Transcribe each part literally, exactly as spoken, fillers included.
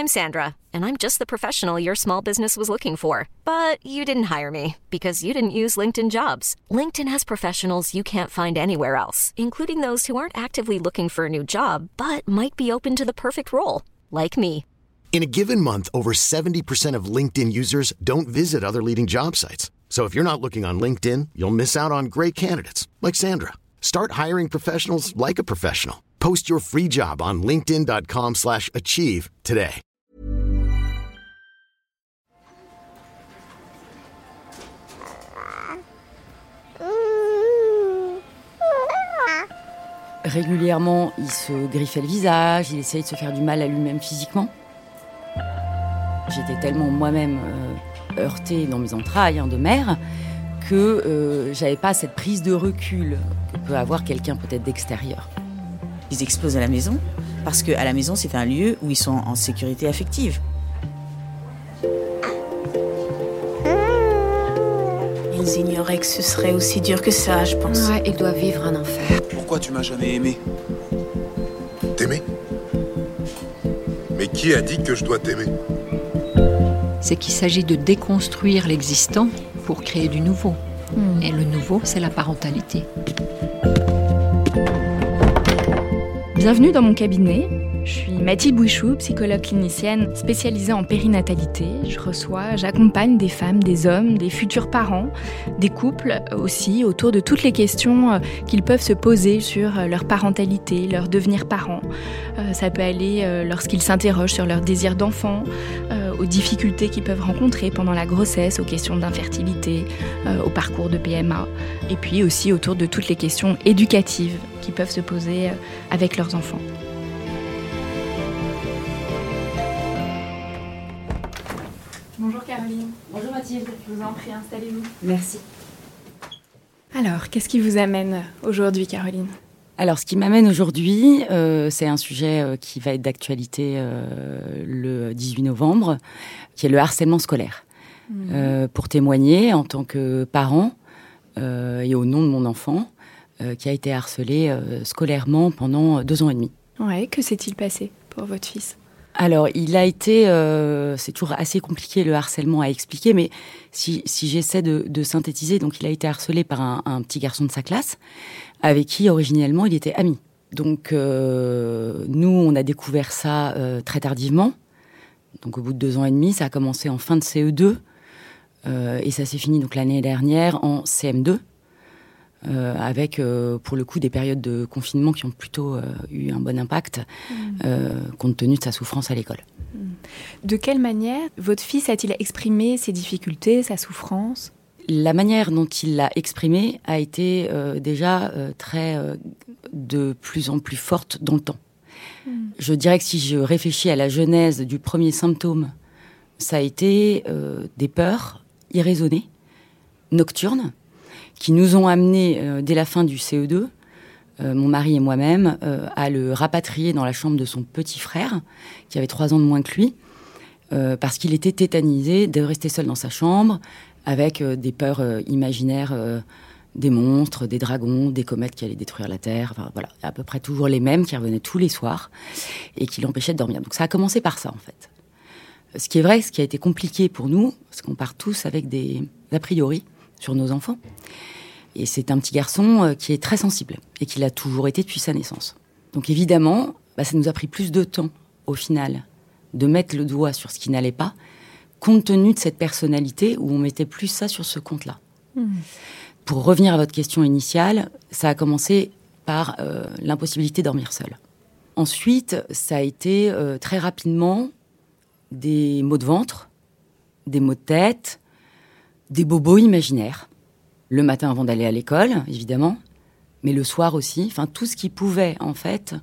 I'm Sandra, and I'm just the professional your small business was looking for. But you didn't hire me because you didn't use LinkedIn Jobs. LinkedIn has professionals you can't find anywhere else, including those who aren't actively looking for a new job, but might be open to the perfect role, like me. In a given month, over seventy percent of LinkedIn users don't visit other leading job sites. So if you're not looking on LinkedIn, you'll miss out on great candidates like Sandra. Start hiring professionals like a professional. Post your free job on linkedin.com slash achieve today. Régulièrement, il se griffait le visage, il essayait de se faire du mal à lui-même physiquement. J'étais tellement moi-même euh, heurtée dans mes entrailles hein, de mère que euh, j'avais pas cette prise de recul que peut avoir quelqu'un peut-être d'extérieur. Ils explosent à la maison parce qu'à la maison, c'est un lieu où ils sont en sécurité affective. Ils ignoraient que ce serait aussi dur que ça, je pense. Ouais, ils doivent vivre un enfer. Pourquoi tu m'as jamais aimé ? T'aimer ? Mais qui a dit que je dois t'aimer ? C'est qu'il s'agit de déconstruire l'existant pour créer du nouveau. Mmh. Et le nouveau, c'est la parentalité. Bienvenue dans mon cabinet. Je suis Mathilde Bouichou, psychologue clinicienne spécialisée en périnatalité. Je reçois, j'accompagne des femmes, des hommes, des futurs parents, des couples aussi, autour de toutes les questions qu'ils peuvent se poser sur leur parentalité, leur devenir parent. Ça peut aller lorsqu'ils s'interrogent sur leur désir d'enfant, aux difficultés qu'ils peuvent rencontrer pendant la grossesse, aux questions d'infertilité, au parcours de P M A, et puis aussi autour de toutes les questions éducatives qu'ils peuvent se poser avec leurs enfants. Bonjour Caroline. Bonjour Mathilde. Je vous en prie, installez-vous. Merci. Alors, qu'est-ce qui vous amène aujourd'hui, Caroline ? Alors, ce qui m'amène aujourd'hui, euh, c'est un sujet euh, qui va être d'actualité euh, le dix-huit novembre, qui est le harcèlement scolaire. Mmh. Euh, pour témoigner en tant que parent euh, et au nom de mon enfant, euh, qui a été harcelé euh, scolairement pendant deux ans et demi. Ouais, que s'est-il passé pour votre fils ? Alors, il a été... Euh, c'est toujours assez compliqué, le harcèlement, à expliquer, mais si, si j'essaie de, de synthétiser, donc il a été harcelé par un, un petit garçon de sa classe, avec qui, originellement, il était ami. Donc, euh, nous, on a découvert ça euh, très tardivement. Donc, au bout de deux ans et demi, ça a commencé en fin de C E deux, euh, et ça s'est fini donc, l'année dernière en C M deux. Euh, avec, euh, pour le coup, des périodes de confinement qui ont plutôt euh, eu un bon impact, mmh. euh, compte tenu de sa souffrance à l'école. De quelle manière votre fils a-t-il exprimé ses difficultés, sa souffrance ? La manière dont il l'a exprimé a été euh, déjà euh, très, euh, de plus en plus forte dans le temps. Mmh. Je dirais que si je réfléchis à la genèse du premier symptôme, ça a été euh, des peurs irraisonnées, nocturnes, qui nous ont amenés, euh, dès la fin du C E deux, euh, mon mari et moi-même, euh, à le rapatrier dans la chambre de son petit frère, qui avait trois ans de moins que lui, euh, parce qu'il était tétanisé de rester seul dans sa chambre, avec euh, des peurs euh, imaginaires, euh, des monstres, des dragons, des comètes qui allaient détruire la Terre, enfin voilà, à peu près toujours les mêmes, qui revenaient tous les soirs, et qui l'empêchaient de dormir. Donc ça a commencé par ça, en fait. Ce qui est vrai, ce qui a été compliqué pour nous, parce qu'on part tous avec des a priori sur nos enfants. Et c'est un petit garçon euh, qui est très sensible et qui l'a toujours été depuis sa naissance. Donc évidemment, bah, ça nous a pris plus de temps, au final, de mettre le doigt sur ce qui n'allait pas, compte tenu de cette personnalité où on mettait plus ça sur ce compte-là. Mmh. Pour revenir à votre question initiale, ça a commencé par euh, l'impossibilité de dormir seul. Ensuite, ça a été euh, très rapidement des maux de ventre, des maux de tête, des bobos imaginaires. Le matin avant d'aller à l'école, évidemment, mais le soir aussi. Enfin, tout ce qui pouvait, en fait,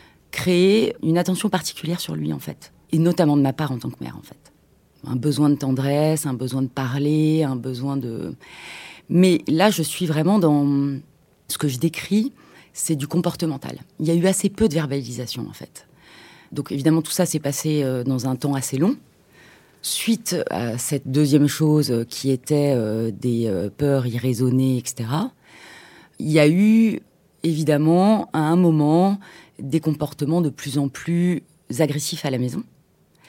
créer une attention particulière sur lui, en fait. Et notamment de ma part en tant que mère, en fait. Un besoin de tendresse, un besoin de parler, un besoin de... Mais là, je suis vraiment dans... Ce que je décris, c'est du comportemental. Il y a eu assez peu de verbalisation, en fait. Donc, évidemment, tout ça s'est passé dans un temps assez long. Suite à cette deuxième chose qui était euh, des euh, peurs irraisonnées, et cetera, il y a eu, évidemment, à un moment, des comportements de plus en plus agressifs à la maison,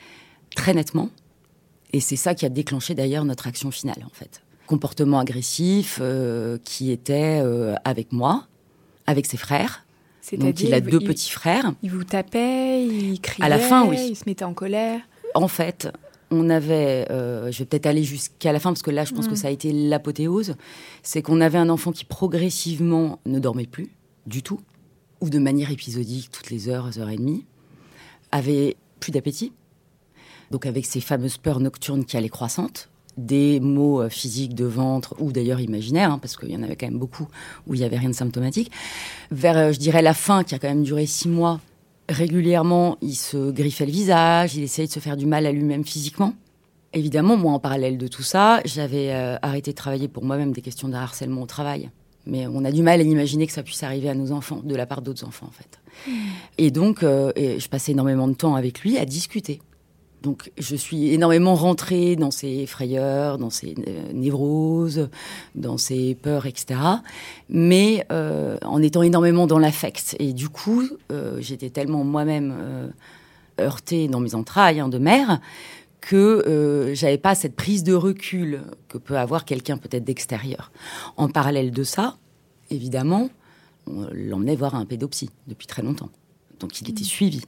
très nettement. Et c'est ça qui a déclenché d'ailleurs notre action finale, en fait. Comportement agressif euh, qui était euh, avec moi, avec ses frères. C'est-à-dire, donc il a deux il, petits frères. Il vous tapait, il criait, à la fin, oui. Il se mettait en colère. En fait, on avait, euh, je vais peut-être aller jusqu'à la fin, parce que là, je pense mmh. que ça a été l'apothéose, c'est qu'on avait un enfant qui progressivement ne dormait plus, du tout, ou de manière épisodique, toutes les heures, heures et demie, avait plus d'appétit, donc avec ces fameuses peurs nocturnes qui allaient croissantes, des maux physiques de ventre, ou d'ailleurs imaginaires, hein, parce qu'il y en avait quand même beaucoup où il n'y avait rien de symptomatique. Vers, euh, je dirais, la fin, qui a quand même duré six mois, régulièrement, il se griffait le visage, il essayait de se faire du mal à lui-même physiquement. Évidemment, moi, en parallèle de tout ça, j'avais euh, arrêté de travailler pour moi-même des questions de harcèlement au travail. Mais on a du mal à imaginer que ça puisse arriver à nos enfants, de la part d'autres enfants, en fait. Mmh. Et donc, euh, et je passais énormément de temps avec lui à discuter. Donc, je suis énormément rentrée dans ses frayeurs, dans ses euh, névroses, dans ses peurs, et cetera. Mais euh, en étant énormément dans l'affect. Et du coup, euh, j'étais tellement moi-même euh, heurtée dans mes entrailles hein, de mère que euh, j'avais pas cette prise de recul que peut avoir quelqu'un peut-être d'extérieur. En parallèle de ça, évidemment, on l'emmenait voir un pédopsie depuis très longtemps. Donc, il était suivi.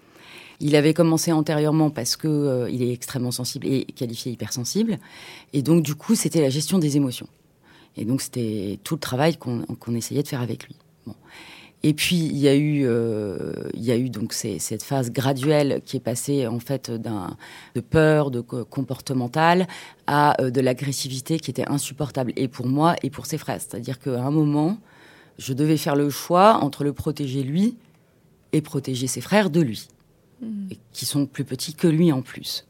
Il avait commencé antérieurement parce qu'il euh, est extrêmement sensible et qualifié hypersensible. Et donc, du coup, c'était la gestion des émotions. Et donc, c'était tout le travail qu'on, qu'on essayait de faire avec lui. Bon. Et puis, il y a eu, euh, il y a eu donc ces, cette phase graduelle qui est passée, en fait, d'un, de peur, de comportementale, à euh, de l'agressivité qui était insupportable, et pour moi et pour ses frères. C'est-à-dire qu'à un moment, je devais faire le choix entre le protéger lui et protéger ses frères de lui. Qui sont plus petits que lui en plus.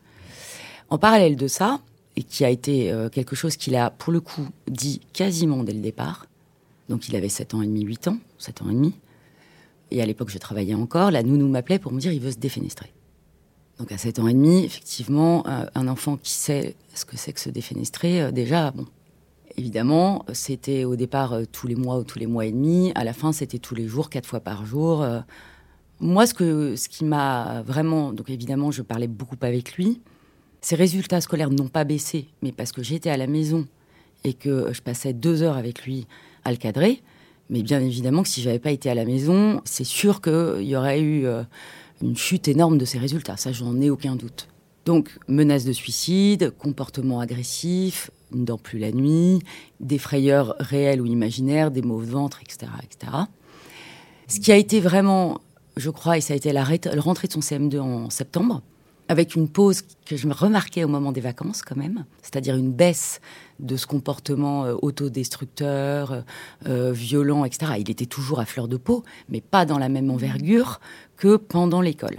En parallèle de ça, et qui a été euh, quelque chose qu'il a, pour le coup, dit quasiment dès le départ, donc il avait sept ans et demi, huit ans, sept ans et demi, et à l'époque je travaillais encore, la nounou m'appelait pour me dire « il veut se défenestrer ». Donc à sept ans et demi, effectivement, euh, un enfant qui sait ce que c'est que se défenestrer, euh, déjà, bon, évidemment, c'était au départ euh, tous les mois ou tous les mois et demi, à la fin c'était tous les jours, quatre fois par jour. euh, Moi, ce, que, ce qui m'a vraiment... Donc évidemment, je parlais beaucoup avec lui. Ses résultats scolaires n'ont pas baissé, mais parce que j'étais à la maison et que je passais deux heures avec lui à le cadrer. Mais bien évidemment que si je n'avais pas été à la maison, c'est sûr qu'il y aurait eu euh, une chute énorme de ses résultats. Ça, j'en ai aucun doute. Donc, menaces de suicide, comportement agressif, ne dort plus la nuit, des frayeurs réelles ou imaginaires, des maux de ventre, et cetera, et cetera. Ce qui a été vraiment... je crois, et ça a été la rentrée de son C M deux en septembre, avec une pause que je me remarquais au moment des vacances quand même, c'est-à-dire une baisse de ce comportement euh, autodestructeur, euh, violent, et cetera. Il était toujours à fleur de peau, mais pas dans la même envergure que pendant l'école.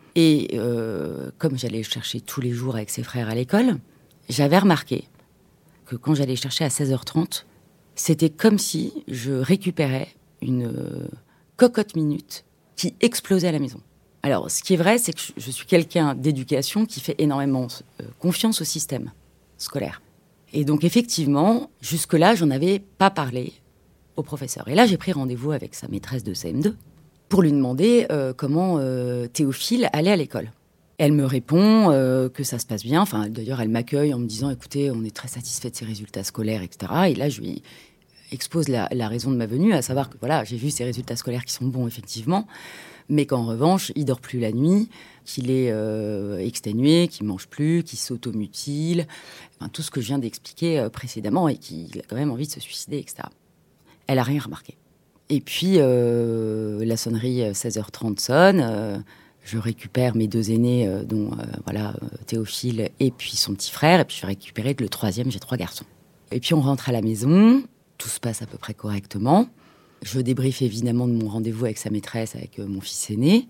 Et euh, comme j'allais le chercher tous les jours avec ses frères à l'école, j'avais remarqué que quand j'allais le chercher à seize heures trente, c'était comme si je récupérais une euh, cocotte minute qui explosait à la maison. Alors, ce qui est vrai, c'est que je suis quelqu'un d'éducation qui fait énormément euh, confiance au système scolaire. Et donc, effectivement, jusque-là, j'en avais pas parlé au professeur. Et là, j'ai pris rendez-vous avec sa maîtresse de C M deux pour lui demander euh, comment euh, Théophile allait à l'école. Elle me répond euh, que ça se passe bien. Enfin, d'ailleurs, elle m'accueille en me disant « Écoutez, on est très satisfait de ses résultats scolaires, et cetera » Et là, je lui expose la, la raison de ma venue, à savoir que voilà, j'ai vu ses résultats scolaires qui sont bons, effectivement, mais qu'en revanche, il dort plus la nuit, qu'il est euh, exténué, qu'il mange plus, qu'il s'automutile, enfin, tout ce que je viens d'expliquer euh, précédemment, et qu'il a quand même envie de se suicider, et cetera. Elle a rien remarqué. Et puis, euh, la sonnerie seize heures trente sonne, euh, je récupère mes deux aînés, euh, dont euh, voilà, Théophile et puis son petit frère, et puis je vais récupérer le troisième, j'ai trois garçons. Et puis on rentre à la maison, tout se passe à peu près correctement. Je débriefe évidemment de mon rendez-vous avec sa maîtresse, avec euh, mon fils aîné.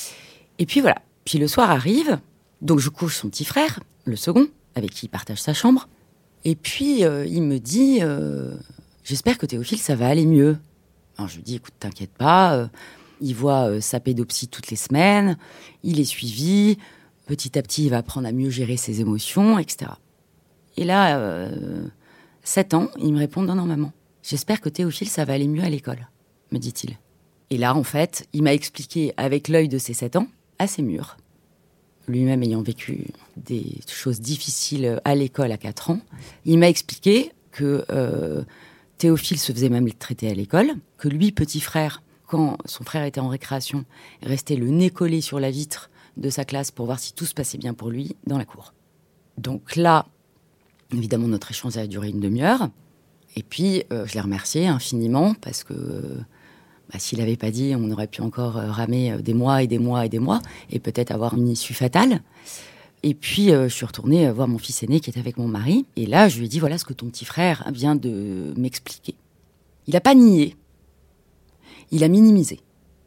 Et puis voilà. Puis le soir arrive, donc je couche son petit frère, le second, avec qui il partage sa chambre. Et puis euh, il me dit euh, « J'espère que Théophile, ça va aller mieux. » Alors je lui dis « Écoute, t'inquiète pas, euh, il voit euh, sa pédopsie toutes les semaines, il est suivi, petit à petit il va apprendre à mieux gérer ses émotions, et cetera » Et là, euh, sept ans, il me répond « Non, non, maman. J'espère que Théophile, ça va aller mieux à l'école, me dit-il. » Et là, en fait, il m'a expliqué avec l'œil de ses sept ans, assez mûr, lui-même ayant vécu des choses difficiles à l'école à quatre ans, il m'a expliqué que euh, Théophile se faisait même traiter à l'école, que lui, petit frère, quand son frère était en récréation, restait le nez collé sur la vitre de sa classe pour voir si tout se passait bien pour lui dans la cour. Donc là, évidemment, notre échange a duré une demi-heure. Et puis, euh, je l'ai remercié infiniment parce que euh, bah, s'il n'avait pas dit, on aurait pu encore euh, ramer euh, des mois et des mois et des mois et peut-être avoir une issue fatale. Et puis, euh, je suis retournée voir mon fils aîné qui était avec mon mari. Et là, je lui ai dit, voilà ce que ton petit frère vient de m'expliquer. Il n'a pas nié. Il a minimisé.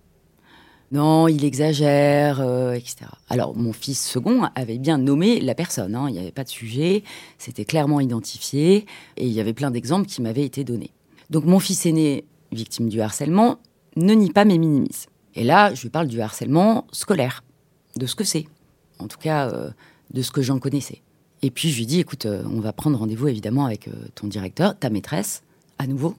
Non, il exagère, euh, et cetera. Alors, mon fils second avait bien nommé la personne. Hein, il n'y avait pas de sujet, c'était clairement identifié, et il y avait plein d'exemples qui m'avaient été donnés. Donc, mon fils aîné, victime du harcèlement, ne nie pas mais minimise. Et là, je lui parle du harcèlement scolaire, de ce que c'est. En tout cas, euh, de ce que j'en connaissais. Et puis, je lui dis, écoute, euh, on va prendre rendez-vous, évidemment, avec euh, ton directeur, ta maîtresse, à nouveau.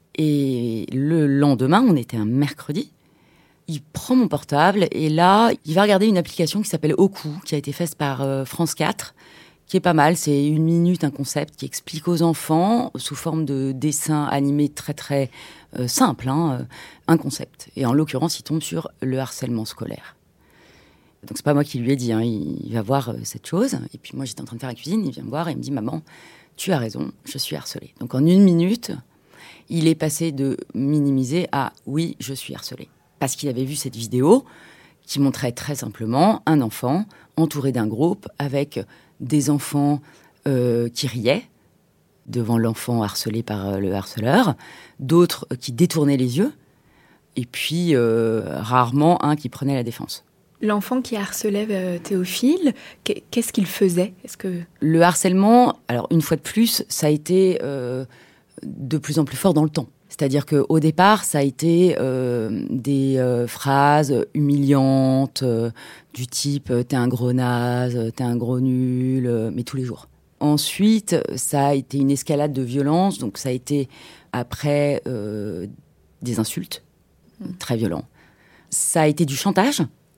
Et le lendemain, on était un mercredi, il prend mon portable et là, il va regarder une application qui s'appelle Oku, qui a été faite par euh, France quatre, qui est pas mal. C'est une minute, un concept qui explique aux enfants, sous forme de dessins animés très très euh, simples, hein, euh, un concept. Et en l'occurrence, il tombe sur le harcèlement scolaire. Donc c'est pas moi qui lui ai dit, hein, il, il va voir euh, cette chose. Et puis moi, j'étais en train de faire la cuisine, il vient me voir et il me dit « Maman, tu as raison, je suis harcelée ». Donc en une minute, il est passé de minimiser à « oui, je suis harcelée ». Parce qu'il avait vu cette vidéo qui montrait très simplement un enfant entouré d'un groupe avec des enfants euh, qui riaient devant l'enfant harcelé par le harceleur, d'autres qui détournaient les yeux, et puis euh, rarement un qui prenait la défense. L'enfant qui harcelait euh, Théophile, qu'est-ce qu'il faisait ? Est-ce que... Le harcèlement, alors une fois de plus, ça a été euh, de plus en plus fort dans le temps. C'est-à-dire qu'au départ, ça a été euh, des euh, phrases humiliantes, euh, du type euh, « t'es un gros naze, t'es un gros nul euh, », mais tous les jours. Ensuite, ça a été une escalade de violence, donc ça a été après euh, des insultes, mmh. très violents. Ça a été du chantage,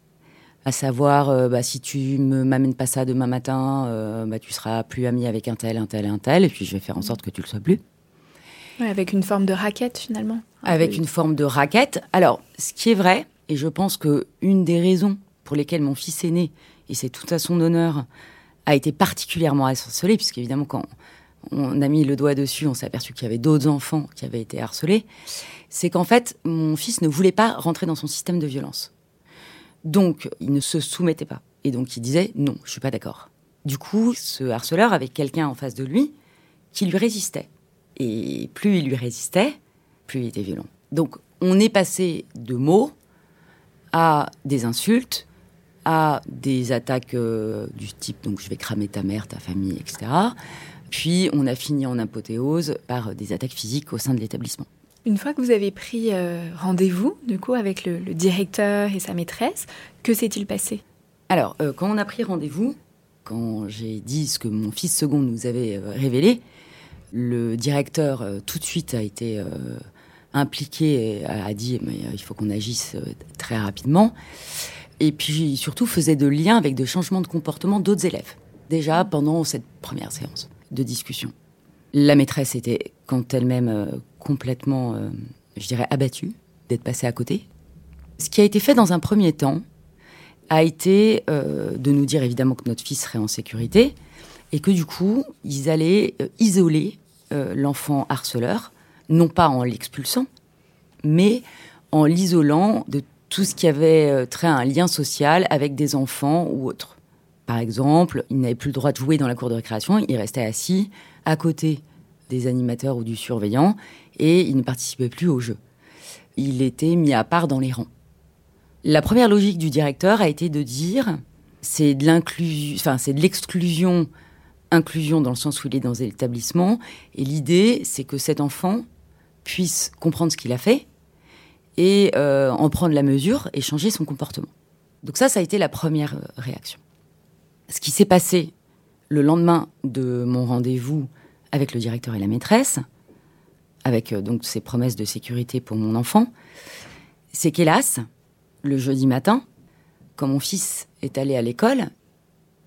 à savoir euh, bah, si tu ne m'amènes pas ça demain matin, euh, bah, tu seras plus ami avec un tel, un tel, un tel, et puis je vais faire en sorte que tu ne le sois plus. Ouais, avec une forme de raquette, finalement. Avec peu. une forme de raquette. Alors, ce qui est vrai, et je pense qu'une des raisons pour lesquelles mon fils aîné, et c'est tout à son honneur, a été particulièrement harcelé, puisqu'évidemment, quand on a mis le doigt dessus, on s'est aperçu qu'il y avait d'autres enfants qui avaient été harcelés, c'est qu'en fait, mon fils ne voulait pas rentrer dans son système de violence. Donc, il ne se soumettait pas. Et donc, il disait « non, je ne suis pas d'accord ». Du coup, ce harceleur avait quelqu'un en face de lui qui lui résistait. Et plus il lui résistait, plus il était violent. Donc, on est passé de mots à des insultes, à des attaques euh, du type « donc je vais cramer ta mère, ta famille, et cetera » Puis, on a fini en apothéose par des attaques physiques au sein de l'établissement. Une fois que vous avez pris euh, rendez-vous, du coup, avec le, le directeur et sa maîtresse, que s'est-il passé ? Alors, euh, quand on a pris rendez-vous, quand j'ai dit ce que mon fils second nous avait euh, révélé, le directeur, euh, tout de suite, a été euh, impliqué et a, a dit mais, euh, il faut qu'on agisse euh, très rapidement. Et puis, surtout, faisait de liens avec des changements de comportement d'autres élèves, déjà pendant cette première séance de discussion. La maîtresse était, quand elle-même, euh, complètement, euh, je dirais, abattue d'être passée à côté. Ce qui a été fait dans un premier temps a été euh, de nous dire, évidemment, que notre fils serait en sécurité et que, du coup, ils allaient euh, isoler Euh, l'enfant harceleur, non pas en l'expulsant, mais en l'isolant de tout ce qui avait euh, trait à un lien social avec des enfants ou autres. Par exemple, il n'avait plus le droit de jouer dans la cour de récréation, il restait assis à côté des animateurs ou du surveillant et il ne participait plus au jeu. Il était mis à part dans les rangs. La première logique du directeur a été de dire c'est de l'inclusion, enfin c'est de l'exclusion inclusion dans le sens où il est dans l'établissement. Et l'idée, c'est que cet enfant puisse comprendre ce qu'il a fait et euh, en prendre la mesure et changer son comportement. Donc ça, ça a été la première réaction. Ce qui s'est passé le lendemain de mon rendez-vous avec le directeur et la maîtresse, avec euh, donc ces promesses de sécurité pour mon enfant, c'est qu'hélas, le jeudi matin, quand mon fils est allé à l'école,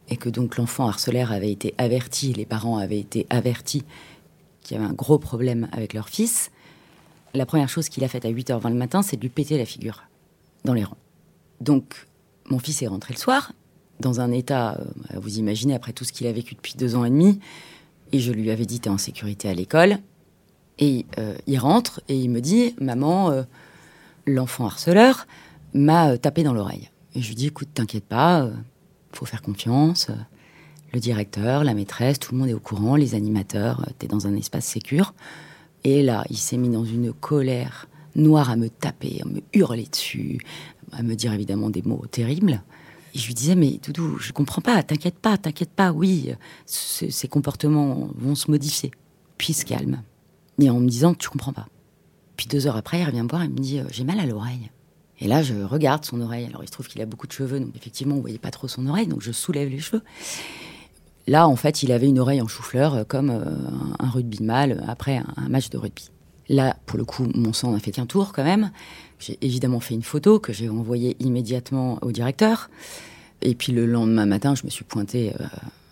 et que donc l'enfant harceleur avait été averti, les parents avaient été avertis qu'il y avait un gros problème avec leur fils, la première chose qu'il a faite à huit heures vingt le matin, c'est de lui péter la figure dans les rangs. Donc, mon fils est rentré le soir, dans un état, euh, vous imaginez, après tout ce qu'il a vécu depuis deux ans et demi, et je lui avais dit, t'es en sécurité à l'école, et euh, il rentre, et il me dit, maman, euh, l'enfant harceleur m'a euh, tapé dans l'oreille. Et je lui dis, écoute, t'inquiète pas, euh, faut faire confiance, euh, le directeur, la maîtresse, tout le monde est au courant, les animateurs, euh, t'es dans un espace sécure. Et là, il s'est mis dans une colère noire à me taper, à me hurler dessus, à me dire évidemment des mots terribles. Et je lui disais, mais Doudou, je comprends pas, t'inquiète pas, t'inquiète pas, oui, c- ces comportements vont se modifier. Puis il se calme. Et en me disant, tu comprends pas. Puis deux heures après, il revient me voir et me dit, j'ai mal à l'oreille. Et là, je regarde son oreille. Alors, il se trouve qu'il a beaucoup de cheveux, donc effectivement, on voyait pas trop son oreille, donc je soulève les cheveux. Là, en fait, il avait une oreille en chou-fleur, comme euh, un rugbyman après un, un match de rugby. Là, pour le coup, mon sang n'a fait qu'un tour quand même. J'ai évidemment fait une photo que j'ai envoyée immédiatement au directeur. Et puis le lendemain matin, je me suis pointée euh,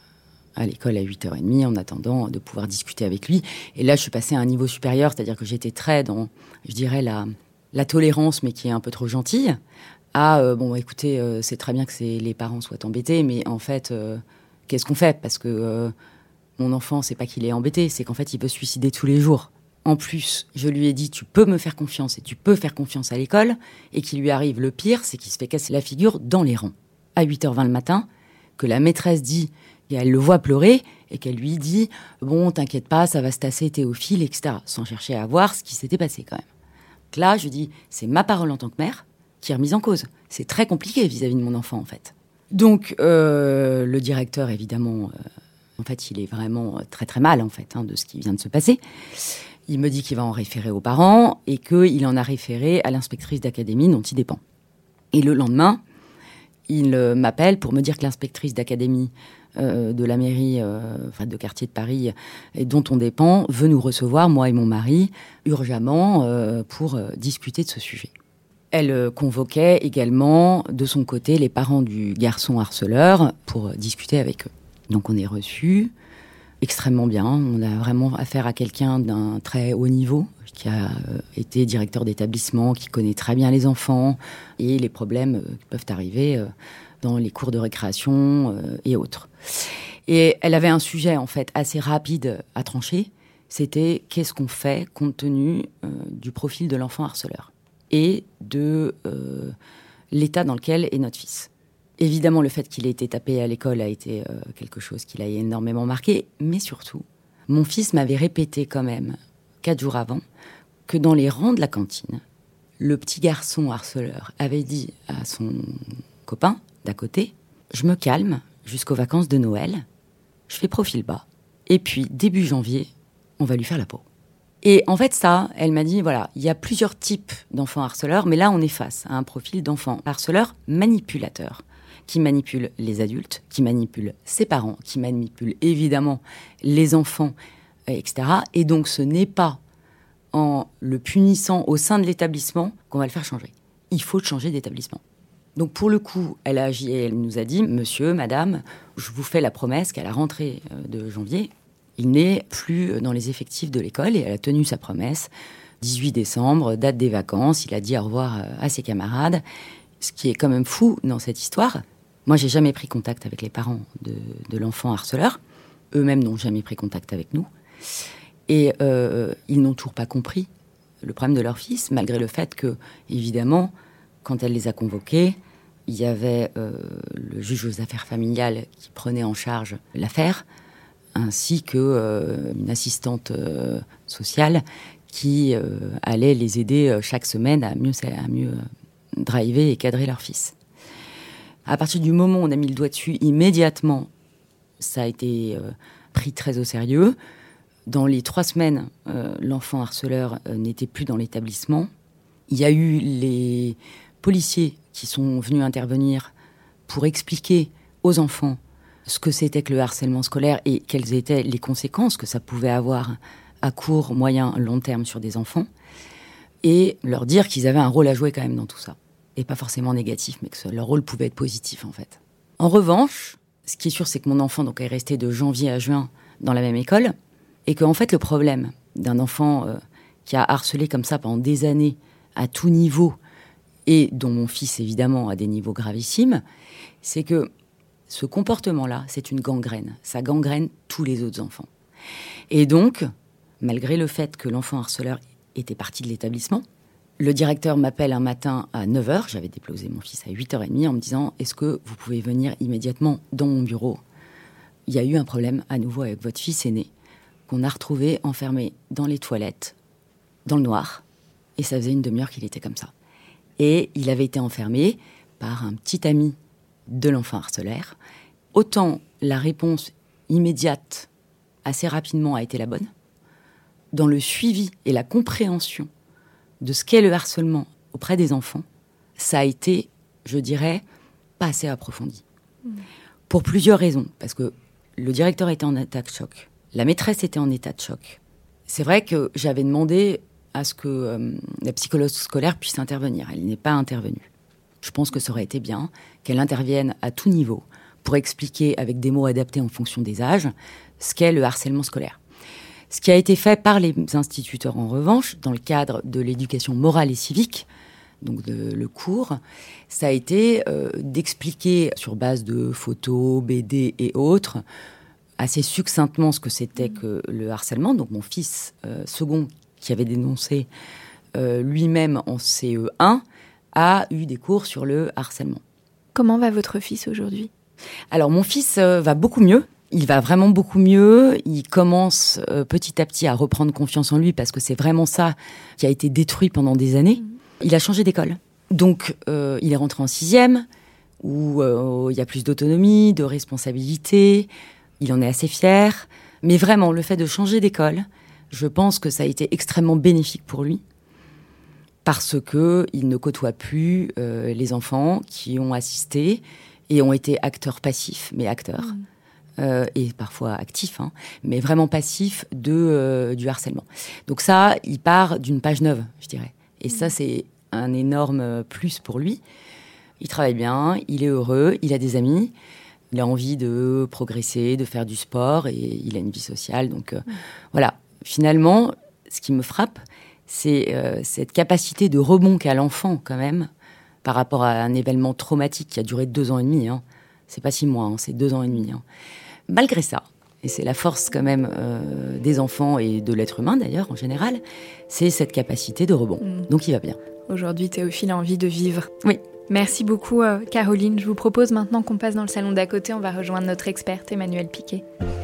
à l'école à huit heures trente en attendant de pouvoir discuter avec lui. Et là, je suis passée à un niveau supérieur, c'est-à-dire que j'étais très dans, je dirais, la, la tolérance, mais qui est un peu trop gentille. À, euh, bon, écoutez, euh, c'est très bien que c'est, les parents soient embêtés, mais en fait... Euh, qu'est-ce qu'on fait ? Parce que euh, mon enfant, c'est pas qu'il est embêté, c'est qu'en fait, il peut se suicider tous les jours. En plus, je lui ai dit, tu peux me faire confiance et tu peux faire confiance à l'école. Et qu'il lui arrive le pire, c'est qu'il se fait casser la figure dans les rangs. À huit heures vingt le matin, que la maîtresse dit, et elle le voit pleurer, et qu'elle lui dit, bon, t'inquiète pas, ça va se tasser, Théophile, et cetera. Sans chercher à voir ce qui s'était passé quand même. Donc là, je dis, c'est ma parole en tant que mère qui est remise en cause. C'est très compliqué vis-à-vis de mon enfant, en fait. Donc, euh, le directeur, évidemment, euh, en fait, il est vraiment très très mal, en fait, hein, de ce qui vient de se passer. Il me dit qu'il va en référer aux parents et qu'il en a référé à l'inspectrice d'académie dont il dépend. Et le lendemain, il euh, m'appelle pour me dire que l'inspectrice d'académie euh, de la mairie, euh, enfin de quartier de Paris, et dont on dépend, veut nous recevoir, moi et mon mari, urgemment, euh, pour euh, discuter de ce sujet. Elle convoquait également, de son côté, les parents du garçon harceleur pour discuter avec eux. Donc on est reçus extrêmement bien. On a vraiment affaire à quelqu'un d'un très haut niveau, qui a été directeur d'établissement, qui connaît très bien les enfants et les problèmes qui peuvent arriver dans les cours de récréation et autres. Et elle avait un sujet, en fait, assez rapide à trancher. C'était qu'est-ce qu'on fait compte tenu du profil de l'enfant harceleur et de euh, l'état dans lequel est notre fils. Évidemment, le fait qu'il ait été tapé à l'école a été euh, quelque chose qui l'a énormément marqué, mais surtout, mon fils m'avait répété quand même, quatre jours avant, que dans les rangs de la cantine, le petit garçon harceleur avait dit à son copain d'à côté, « Je me calme jusqu'aux vacances de Noël, je fais profil bas, et puis début janvier, on va lui faire la peau. » Et en fait, ça, elle m'a dit, voilà, il y a plusieurs types d'enfants harceleurs, mais là, on est face à un profil d'enfant harceleur manipulateur, qui manipule les adultes, qui manipule ses parents, qui manipule évidemment les enfants, et cetera. Et donc, ce n'est pas en le punissant au sein de l'établissement qu'on va le faire changer. Il faut changer d'établissement. Donc, pour le coup, elle a agi et elle nous a dit, monsieur, madame, je vous fais la promesse qu'à la rentrée de janvier, il n'est plus dans les effectifs de l'école et elle a tenu sa promesse. dix-huit décembre, date des vacances, il a dit au revoir à ses camarades. Ce qui est quand même fou dans cette histoire, moi j'ai jamais pris contact avec les parents de, de l'enfant harceleur. Eux-mêmes n'ont jamais pris contact avec nous. Et euh, ils n'ont toujours pas compris le problème de leur fils, malgré le fait que, évidemment, quand elle les a convoqués, il y avait euh, le juge aux affaires familiales qui prenait en charge l'affaire, ainsi que euh, une assistante euh, sociale qui euh, allait les aider euh, chaque semaine à mieux, à mieux euh, driver et cadrer leur fils. À partir du moment où on a mis le doigt dessus, immédiatement, ça a été euh, pris très au sérieux. Dans les trois semaines, euh, l'enfant harceleur euh, n'était plus dans l'établissement. Il y a eu les policiers qui sont venus intervenir pour expliquer aux enfants ce que c'était que le harcèlement scolaire et quelles étaient les conséquences que ça pouvait avoir à court, moyen, long terme sur des enfants, et leur dire qu'ils avaient un rôle à jouer quand même dans tout ça. Et pas forcément négatif, mais que leur rôle pouvait être positif, en fait. En revanche, Ce qui est sûr, c'est que mon enfant donc, est resté de janvier à juin dans la même école. Et qu'en fait, le problème d'un enfant euh, qui a harcelé comme ça pendant des années, à tout niveau, et dont mon fils, évidemment, a des niveaux gravissimes, c'est que ce comportement-là, c'est une gangrène. Ça gangrène tous les autres enfants. Et donc, malgré le fait que l'enfant harceleur était parti de l'établissement, le directeur m'appelle un matin à neuf heures, j'avais déposé mon fils à huit heures trente, en me disant « Est-ce que vous pouvez venir immédiatement dans mon bureau ? Il y a eu un problème à nouveau avec votre fils aîné, qu'on a retrouvé enfermé dans les toilettes, dans le noir, et ça faisait une demi-heure qu'il était comme ça. Et il avait été enfermé par un petit ami de l'enfant harceleur. Autant la réponse immédiate, assez rapidement, a été la bonne, dans le suivi et la compréhension de ce qu'est le harcèlement auprès des enfants, ça a été, je dirais, pas assez approfondi. Mmh. Pour plusieurs raisons. Parce que le directeur était en état de choc, la maîtresse était en état de choc. C'est vrai que j'avais demandé à ce que euh, la psychologue scolaire puisse intervenir. Elle n'est pas intervenue. Je pense que ça aurait été bien qu'elle intervienne à tout niveau pour expliquer avec des mots adaptés en fonction des âges ce qu'est le harcèlement scolaire. Ce qui a été fait par les instituteurs, en revanche, dans le cadre de l'éducation morale et civique, donc de, le cours, ça a été euh, d'expliquer sur base de photos, B D et autres, assez succinctement ce que c'était que le harcèlement. Donc mon fils euh, second, qui avait dénoncé euh, lui-même en C E un, a eu des cours sur le harcèlement. Comment va votre fils aujourd'hui ? Alors mon fils euh, va beaucoup mieux. Il va vraiment beaucoup mieux. Il commence euh, petit à petit à reprendre confiance en lui parce que c'est vraiment ça qui a été détruit pendant des années. Mmh. Il a changé d'école. Donc, euh, il est rentré en sixième où euh, il y a plus d'autonomie, de responsabilité. Il en est assez fier. Mais vraiment, le fait de changer d'école, je pense que ça a été extrêmement bénéfique pour lui parce qu'il ne côtoie plus euh, les enfants qui ont assisté et ont été acteurs passifs, mais acteurs. Mmh. Euh, et parfois actif, hein, mais vraiment passif de, euh, du harcèlement. Donc ça, il part d'une page neuve, je dirais. Et mmh. ça, c'est un énorme plus pour lui. Il travaille bien, il est heureux, il a des amis, il a envie de progresser, de faire du sport, et il a une vie sociale. Donc euh, mmh. voilà, finalement, ce qui me frappe, c'est euh, cette capacité de rebond qu'a l'enfant, quand même, par rapport à un événement traumatique qui a duré deux ans et demi. Hein. C'est pas six mois, hein, c'est deux ans et demi. Hein. Malgré ça, et c'est la force quand même euh, des enfants et de l'être humain d'ailleurs en général, c'est cette capacité de rebond. Mmh. Donc il va bien. Aujourd'hui, Théophile a envie de vivre. Oui. Merci beaucoup euh, Caroline. Je vous propose maintenant qu'on passe dans le salon d'à côté. On va rejoindre notre experte Emmanuelle Piquet.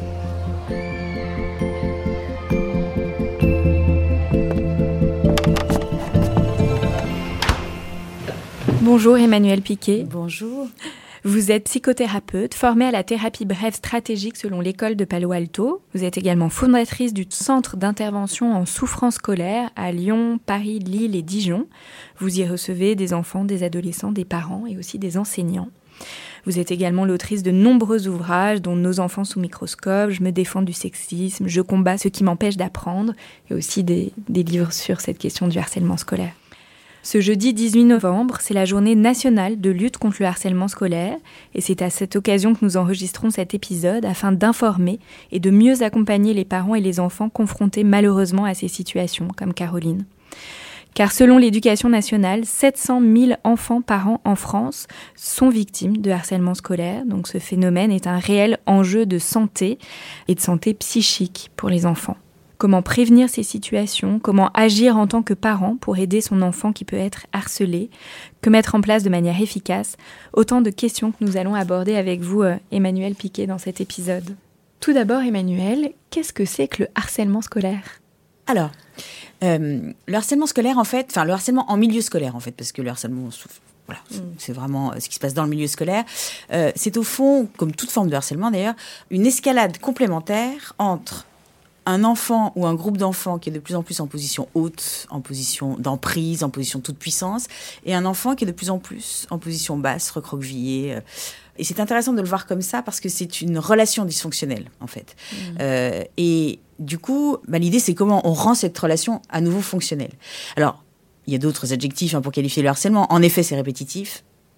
Bonjour Emmanuelle Piquet. Bonjour. Vous êtes psychothérapeute, formée à la thérapie brève stratégique selon l'école de Palo Alto. Vous êtes également fondatrice du centre d'intervention en souffrance scolaire à Lyon, Paris, Lille et Dijon. Vous y recevez des enfants, des adolescents, des parents et aussi des enseignants. Vous êtes également l'autrice de nombreux ouvrages, dont Nos enfants sous microscope, Je me défends du sexisme, Je combats ce qui m'empêche d'apprendre, et aussi des, des livres sur cette question du harcèlement scolaire. Ce jeudi dix-huit novembre, c'est la journée nationale de lutte contre le harcèlement scolaire et c'est à cette occasion que nous enregistrons cet épisode afin d'informer et de mieux accompagner les parents et les enfants confrontés malheureusement à ces situations, comme Caroline. Car selon l'Éducation nationale, sept cent mille enfants par an en France sont victimes de harcèlement scolaire. Donc ce phénomène est un réel enjeu de santé et de santé psychique pour les enfants. Comment prévenir ces situations, comment agir en tant que parent pour aider son enfant qui peut être harcelé, que mettre en place de manière efficace, autant de questions que nous allons aborder avec vous, Emmanuelle Piquet, dans cet épisode. Tout d'abord, Emmanuelle, qu'est-ce que c'est que le harcèlement scolaire ? Alors, euh, le harcèlement scolaire, en fait, enfin le harcèlement en milieu scolaire, en fait, parce que le harcèlement, voilà, mmh. c'est vraiment ce qui se passe dans le milieu scolaire, euh, c'est au fond, comme toute forme de harcèlement d'ailleurs, une escalade complémentaire entre un enfant ou un groupe d'enfants qui est de plus en plus en position haute, en position d'emprise, en position de toute puissance, et un enfant qui est de plus en plus en position basse, recroquevillé. Et c'est intéressant de le voir comme ça parce que c'est une relation dysfonctionnelle, en fait. Mmh. Euh, et du coup, bah, l'idée, c'est comment on rend cette relation à nouveau fonctionnelle. Alors, il y a d'autres adjectifs hein, pour qualifier le harcèlement. En effet, c'est répétitif.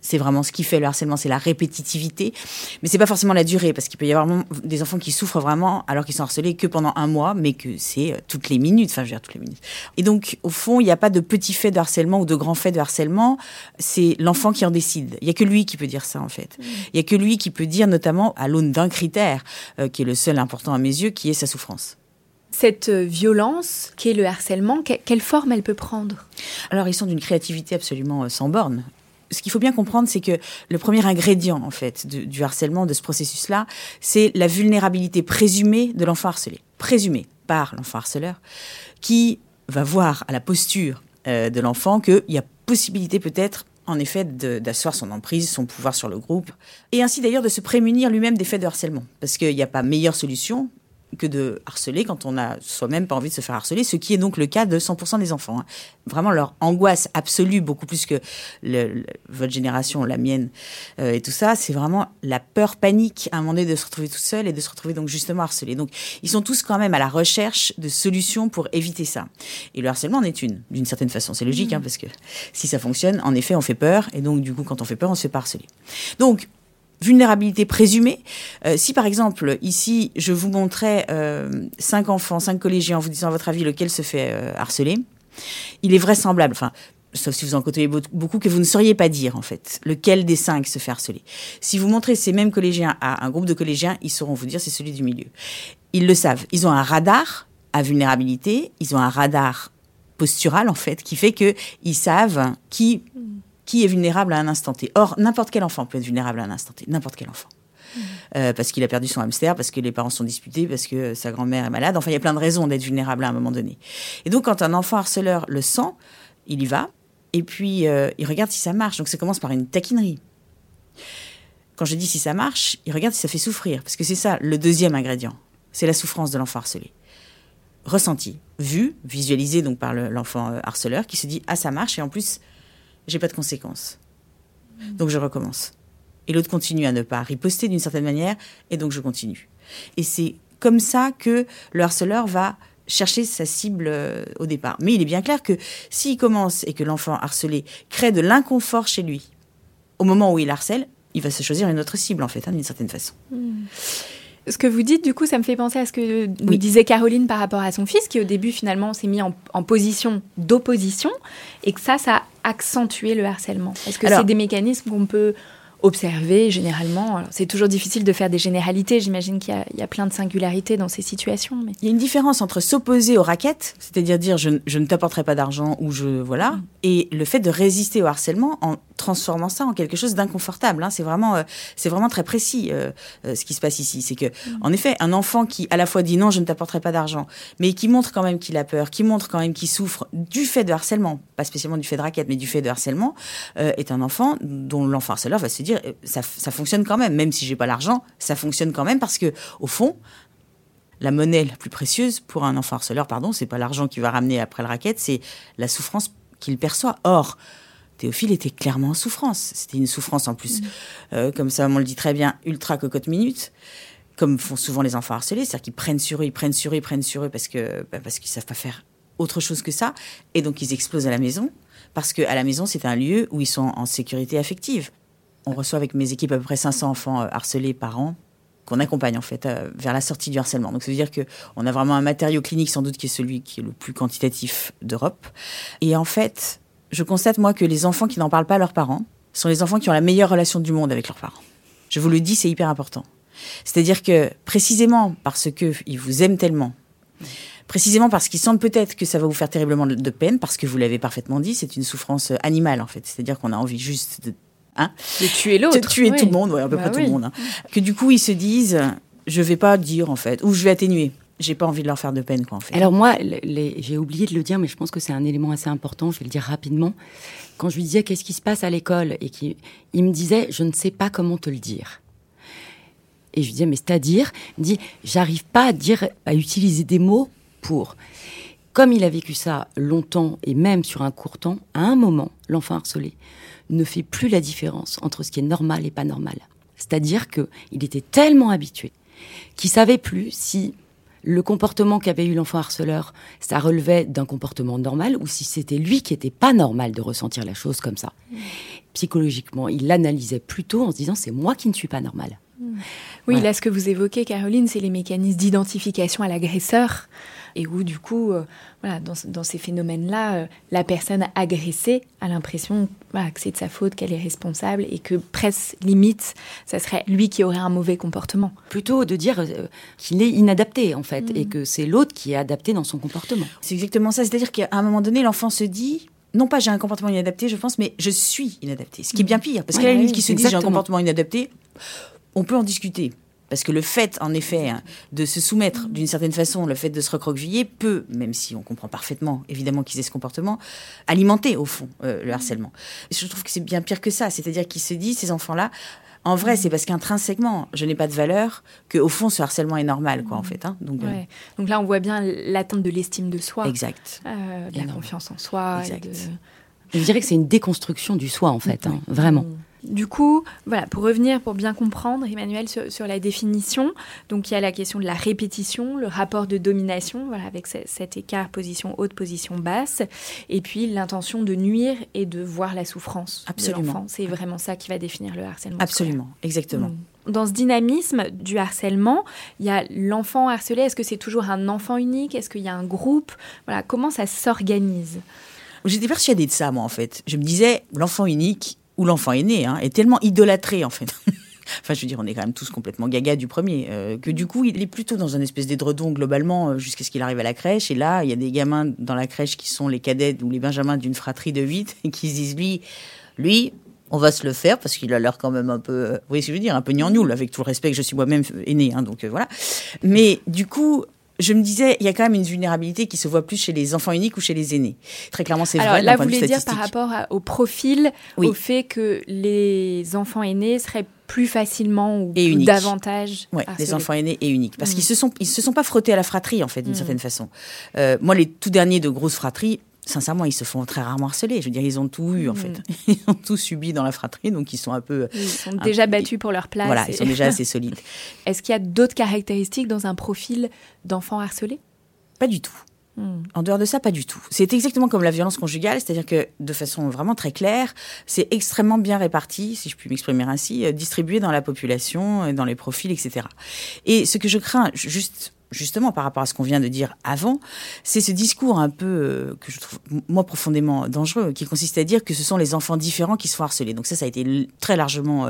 C'est vraiment ce qui fait le harcèlement, c'est la répétitivité. Mais c'est pas forcément la durée, parce qu'il peut y avoir vraiment des enfants qui souffrent vraiment alors qu'ils sont harcelés que pendant un mois, mais que c'est toutes les minutes. Enfin, je veux dire, toutes les minutes. Et donc, au fond, il n'y a pas de petits faits de harcèlement ou de grands faits de harcèlement. C'est l'enfant qui en décide. Il n'y a que lui qui peut dire ça, en fait. Il n'y a que lui qui peut dire, notamment, à l'aune d'un critère, euh, qui est le seul important à mes yeux, qui est sa souffrance. Cette violence qu'est le harcèlement, quelle forme elle peut prendre ? Alors, ils sont d'une créativité absolument sans borne. Ce qu'il faut bien comprendre, c'est que le premier ingrédient, en fait, de, du harcèlement, de ce processus-là, c'est la vulnérabilité présumée de l'enfant harcelé. Présumée par l'enfant harceleur, qui va voir à la posture euh, de l'enfant qu'il y a possibilité peut-être, en effet, de, d'asseoir son emprise, son pouvoir sur le groupe, et ainsi d'ailleurs de se prémunir lui-même des faits de harcèlement. Parce qu'il n'y a pas meilleure solution que de harceler quand on n'a soi-même pas envie de se faire harceler, ce qui est donc le cas de cent pour cent des enfants. Hein. Vraiment, leur angoisse absolue, beaucoup plus que le, le, votre génération, la mienne, euh, et tout ça, c'est vraiment la peur panique à un moment donné de se retrouver tout seul et de se retrouver donc justement harcelé. Donc, ils sont tous quand même à la recherche de solutions pour éviter ça. Et le harcèlement en est une, d'une certaine façon. C'est logique, mmh. hein, parce que si ça fonctionne, en effet, on fait peur, et donc du coup, quand on fait peur, on se fait pas harceler. Donc, vulnérabilité présumée. Euh, si par exemple, ici, je vous montrais euh, cinq enfants, cinq collégiens, en vous disant à votre avis lequel se fait euh, harceler, il est vraisemblable, enfin, sauf si vous en côtoyez beaucoup, que vous ne sauriez pas dire, en fait, lequel des cinq se fait harceler. Si vous montrez ces mêmes collégiens à un groupe de collégiens, ils sauront vous dire c'est celui du milieu. Ils le savent. Ils ont un radar à vulnérabilité, ils ont un radar postural, en fait, qui fait qu'ils savent qui... qui est vulnérable à un instant T. Or, n'importe quel enfant peut être vulnérable à un instant T. N'importe quel enfant. Mmh. Euh, parce qu'il a perdu son hamster, parce que les parents sont disputés, parce que sa grand-mère est malade. Enfin, il y a plein de raisons d'être vulnérable à un moment donné. Et donc, quand un enfant harceleur le sent, il y va, et puis euh, il regarde si ça marche. Donc, ça commence par une taquinerie. Quand je dis si ça marche, il regarde si ça fait souffrir. Parce que c'est ça, le deuxième ingrédient. C'est la souffrance de l'enfant harcelé. Ressenti, vu, visualisé donc par le, l'enfant harceleur, qui se dit « Ah, ça marche », et en plus... j'ai pas de conséquences. Donc je recommence. Et l'autre continue à ne pas riposter d'une certaine manière, et donc je continue. Et c'est comme ça que le harceleur va chercher sa cible euh, au départ. Mais il est bien clair que s'il commence et que l'enfant harcelé crée de l'inconfort chez lui, au moment où il harcèle, il va se choisir une autre cible, en fait, hein, d'une certaine façon. Mmh. Ce que vous dites, du coup, ça me fait penser à ce que oui. nous disait Caroline par rapport à son fils, qui au début, finalement, s'est mis en, en position d'opposition, et que ça, ça a accentué le harcèlement. Est-ce que Alors, c'est des mécanismes qu'on peut observer généralement? Alors, c'est toujours difficile de faire des généralités. J'imagine qu'il y a, il y a plein de singularités dans ces situations. Mais... il y a une différence entre s'opposer aux raquettes, c'est-à-dire dire je, je ne t'apporterai pas d'argent ou je voilà, mmh. et le fait de résister au harcèlement en transformant ça en quelque chose d'inconfortable. Hein. C'est vraiment, euh, c'est vraiment très précis euh, euh, ce qui se passe ici. C'est que, mmh. en effet, un enfant qui à la fois dit non, je ne t'apporterai pas d'argent, mais qui montre quand même qu'il a peur, qui montre quand même qu'il souffre du fait de harcèlement, pas spécialement du fait de raquette, mais du fait de harcèlement, euh, est un enfant dont l'enfant harceleur va se dire Ça, ça fonctionne quand même, même si j'ai pas l'argent, ça fonctionne quand même parce que, au fond, la monnaie la plus précieuse pour un enfant harceleur, pardon, c'est pas l'argent qu'il va ramener après le racket, c'est la souffrance qu'il perçoit. Or, Théophile était clairement en souffrance. C'était une souffrance en plus, mmh. euh, comme ça, on le dit très bien, ultra cocotte minute, comme font souvent les enfants harcelés, c'est-à-dire qu'ils prennent sur eux, ils prennent sur eux, ils prennent sur eux parce que, bah, parce qu'ils savent pas faire autre chose que ça, et donc ils explosent à la maison, parce que à la maison, c'est un lieu où ils sont en sécurité affective. On reçoit avec mes équipes à peu près cinq cents enfants euh, harcelés par an, qu'on accompagne en fait euh, vers la sortie du harcèlement. Donc ça veut dire qu'on a vraiment un matériau clinique sans doute qui est celui qui est le plus quantitatif d'Europe. Et en fait, je constate moi que les enfants qui n'en parlent pas à leurs parents sont les enfants qui ont la meilleure relation du monde avec leurs parents. Je vous le dis, c'est hyper important. C'est-à-dire que précisément parce qu'ils vous aiment tellement, précisément parce qu'ils sentent peut-être que ça va vous faire terriblement de peine, parce que vous l'avez parfaitement dit, c'est une souffrance animale en fait. C'est-à-dire qu'on a envie juste de Hein de tuer l'autre. De tuer oui. tout le monde, ouais, à peu bah près oui. tout le monde. Hein. Que du coup, ils se disent, je vais pas dire, en fait, ou je vais atténuer. J'ai pas envie de leur faire de peine, quoi, en fait. Alors moi, les, j'ai oublié de le dire, mais je pense que c'est un élément assez important, je vais le dire rapidement. Quand je lui disais, qu'est-ce qui se passe à l'école? Et qu'il il me disait, je ne sais pas comment te le dire. Et je lui disais, mais c'est-à-dire? Il me dit, j'arrive pas à dire, à utiliser des mots pour... Comme il a vécu ça longtemps, et même sur un court temps, à un moment, l'enfant harcelé ne fait plus la différence entre ce qui est normal et pas normal. C'est-à-dire qu'il était tellement habitué qu'il savait plus si le comportement qu'avait eu l'enfant harceleur, ça relevait d'un comportement normal ou si c'était lui qui était pas normal de ressentir la chose comme ça. psychologiquement. Il l'analysait plutôt en se disant « c'est moi qui ne suis pas normale ». Oui, Voilà. là, ce que vous évoquez, Caroline, c'est les mécanismes d'identification à l'agresseur. Et où, du coup, euh, voilà, dans, dans ces phénomènes-là, euh, la personne agressée a l'impression voilà, que c'est de sa faute, qu'elle est responsable et que presque, limite, ça serait lui qui aurait un mauvais comportement. Plutôt de dire euh, qu'il est inadapté, en fait, Mmh. et que c'est l'autre qui est adapté dans son comportement. C'est exactement ça. C'est-à-dire qu'à un moment donné, l'enfant se dit... Non pas j'ai un comportement inadapté, je pense, mais je suis inadapté. Ce qui est bien pire. Parce Ouais, qu'à la limite, oui, qui se dit j'ai un exactement. comportement inadapté, on peut en discuter. Parce que le fait, en effet, hein, de se soumettre d'une certaine façon, le fait de se recroqueviller, peut, même si on comprend parfaitement, évidemment, qu'ils aient ce comportement, alimenter, au fond, euh, le harcèlement. Et je trouve que c'est bien pire que ça. C'est-à-dire qu'ils se disent, ces enfants-là, en vrai, c'est parce qu'intrinsèquement, je n'ai pas de valeur, qu'au fond, ce harcèlement est normal, quoi, en fait. Hein. Donc, euh, Ouais. Donc là, on voit bien l'atteinte de l'estime de soi, exact. euh, de la Énorme. confiance en soi. et Exact. de- Je dirais que c'est une déconstruction du soi, en fait, hein, vraiment. Du coup, voilà, pour revenir, pour bien comprendre, Emmanuel, sur, sur la définition, donc il y a la question de la répétition, le rapport de domination, voilà, avec ce- cet écart position haute, position basse, et puis l'intention de nuire et de voir la souffrance Absolument. de l'enfant. C'est vraiment ça qui va définir le harcèlement. Absolument, exactement. Mm. Dans ce dynamisme du harcèlement, il y a l'enfant harcelé. Est-ce que c'est toujours un enfant unique? Est-ce qu'il y a un groupe? Voilà, comment ça s'organise? J'étais persuadée de ça, moi, en fait. Je me disais, l'enfant unique, ou l'enfant aîné, hein, est tellement idolâtré, en fait. Enfin, je veux dire, on est quand même tous complètement gaga du premier. Euh, que du coup, il est plutôt dans une espèce d'édredon, globalement, euh, jusqu'à ce qu'il arrive à la crèche. Et là, il y a des gamins dans la crèche qui sont les cadets ou les benjamins d'une fratrie de huit, et qui se disent, lui, lui, on va se le faire, parce qu'il a l'air quand même un peu, euh, vous voyez ce que je veux dire, un peu gnangnoul, avec tout le respect que je suis moi-même aînée, hein, donc euh, voilà. Mais du coup... Je me disais, il y a quand même une vulnérabilité qui se voit plus chez les enfants uniques ou chez les aînés. Très clairement, c'est Alors vrai. là, d'un point vous de vue voulez dire par statistique. rapport à- au profil, Oui. au fait que les enfants aînés seraient plus facilement ou Et plus uniques. davantage Ouais, harcelés. les enfants aînés et uniques. Parce Mm. qu'ils se sont, ils se sont pas frottés à la fratrie, en fait, d'une Mm. certaine façon. Euh, moi, les tout derniers de grosses fratries, sincèrement, ils se font très rarement harceler. Je veux dire, ils ont tout eu, en Mm. fait. Ils ont tout subi dans la fratrie, donc ils sont un peu... Ils sont un- déjà battus pour leur place. Voilà, et- ils sont déjà assez solides. Est-ce qu'il y a d'autres caractéristiques dans un profil d'enfant harcelé? Pas du tout. Hmm. En dehors de ça, pas du tout. C'est exactement comme la violence conjugale, c'est-à-dire que de façon vraiment très claire, c'est extrêmement bien réparti, si je puis m'exprimer ainsi, euh, distribué dans la population, euh, dans les profils, et cetera. Et ce que je crains, juste, justement par rapport à ce qu'on vient de dire avant, c'est ce discours un peu euh, que je trouve moi profondément dangereux, qui consiste à dire que ce sont les enfants différents qui se font harceler. Donc ça, ça a été l- très largement... Euh,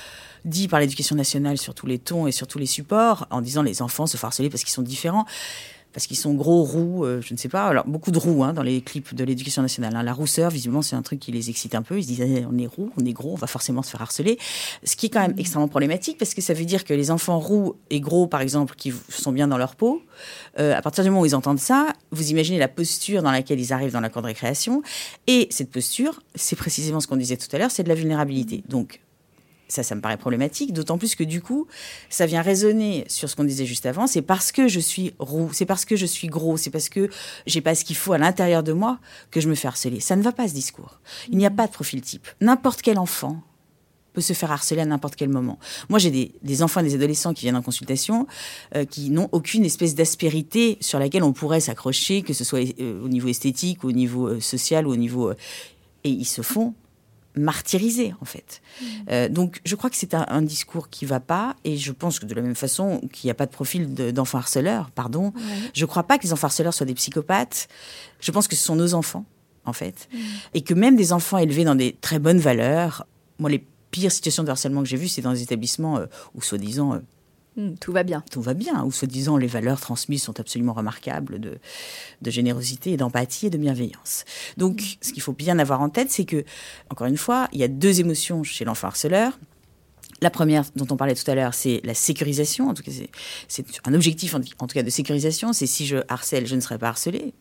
dit par l'éducation nationale sur tous les tons et sur tous les supports, en disant les enfants se font harceler parce qu'ils sont différents. Parce qu'ils sont gros, roux, euh, je ne sais pas. Alors, beaucoup de roux hein, dans les clips de l'éducation nationale. Hein. La rousseur, visiblement, c'est un truc qui les excite un peu. Ils se disent, eh, on est roux, on est gros, on va forcément se faire harceler. Ce qui est quand même extrêmement problématique, parce que ça veut dire que les enfants roux et gros, par exemple, qui sont bien dans leur peau, euh, à partir du moment où ils entendent ça, vous imaginez la posture dans laquelle ils arrivent dans la cour de récréation. Et cette posture, c'est précisément ce qu'on disait tout à l'heure, c'est de la vulnérabilité. Donc, ça, ça me paraît problématique, d'autant plus que du coup, ça vient résonner sur ce qu'on disait juste avant. C'est parce que je suis roux, c'est parce que je suis gros, c'est parce que j'ai pas ce qu'il faut à l'intérieur de moi que je me fais harceler. Ça ne va pas, ce discours. Il n'y a pas de profil type. N'importe quel enfant peut se faire harceler à n'importe quel moment. Moi, j'ai des, des enfants et des adolescents qui viennent en consultation euh, qui n'ont aucune espèce d'aspérité sur laquelle on pourrait s'accrocher, que ce soit euh, au niveau esthétique, au niveau euh, social, ou au niveau... Euh, et ils se font martyrisés, en fait. Mmh. Euh, donc, je crois que c'est un, un discours qui ne va pas, et je pense que de la même façon qu'il n'y a pas de profil de, d'enfants harceleurs, pardon, ouais. Je ne crois pas que les enfants harceleurs soient des psychopathes. Je pense que ce sont nos enfants, en fait. Mmh. Et que même des enfants élevés dans des très bonnes valeurs, moi, les pires situations de harcèlement que j'ai vues, c'est dans des établissements euh, où, soi-disant... Euh, Mmh, tout va bien. Tout va bien, où soi-disant les valeurs transmises sont absolument remarquables de, de générosité, et d'empathie et de bienveillance. Donc, mmh. ce qu'il faut bien avoir en tête, c'est que, encore une fois, il y a deux émotions chez l'enfant harceleur. La première, dont on parlait tout à l'heure, c'est la sécurisation. En tout cas, c'est, c'est un objectif, en, en tout cas, de sécurisation. C'est si je harcèle, je ne serai pas harcelé.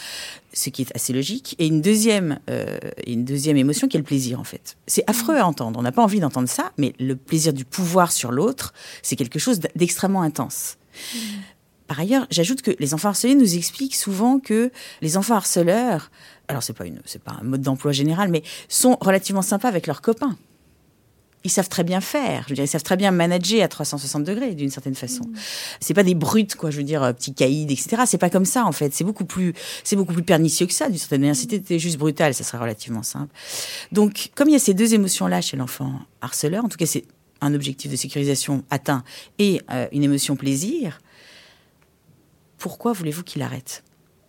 Ce qui est assez logique. Et une deuxième, euh, une deuxième émotion qui est le plaisir, en fait. C'est affreux à entendre. On n'a pas envie d'entendre ça, mais le plaisir du pouvoir sur l'autre, c'est quelque chose d'extrêmement intense. Mmh. Par ailleurs, j'ajoute que les enfants harcelés nous expliquent souvent que les enfants harceleurs, alors c'est pas une, c'est pas un mode d'emploi général, mais sont relativement sympas avec leurs copains. ils savent très bien faire. Je veux dire, ils savent très bien manager à trois cent soixante degrés, d'une certaine façon. Mmh. C'est pas des brutes, quoi. Je veux dire, petits caïds, et cetera. C'est pas comme ça, en fait. C'est beaucoup plus, c'est beaucoup plus pernicieux que ça, d'une certaine manière. Si t'étais juste brutal, ça serait relativement simple. Donc, comme il y a ces deux émotions-là chez l'enfant harceleur, en tout cas, c'est un objectif de sécurisation atteint et euh, une émotion plaisir, pourquoi voulez-vous qu'il arrête ?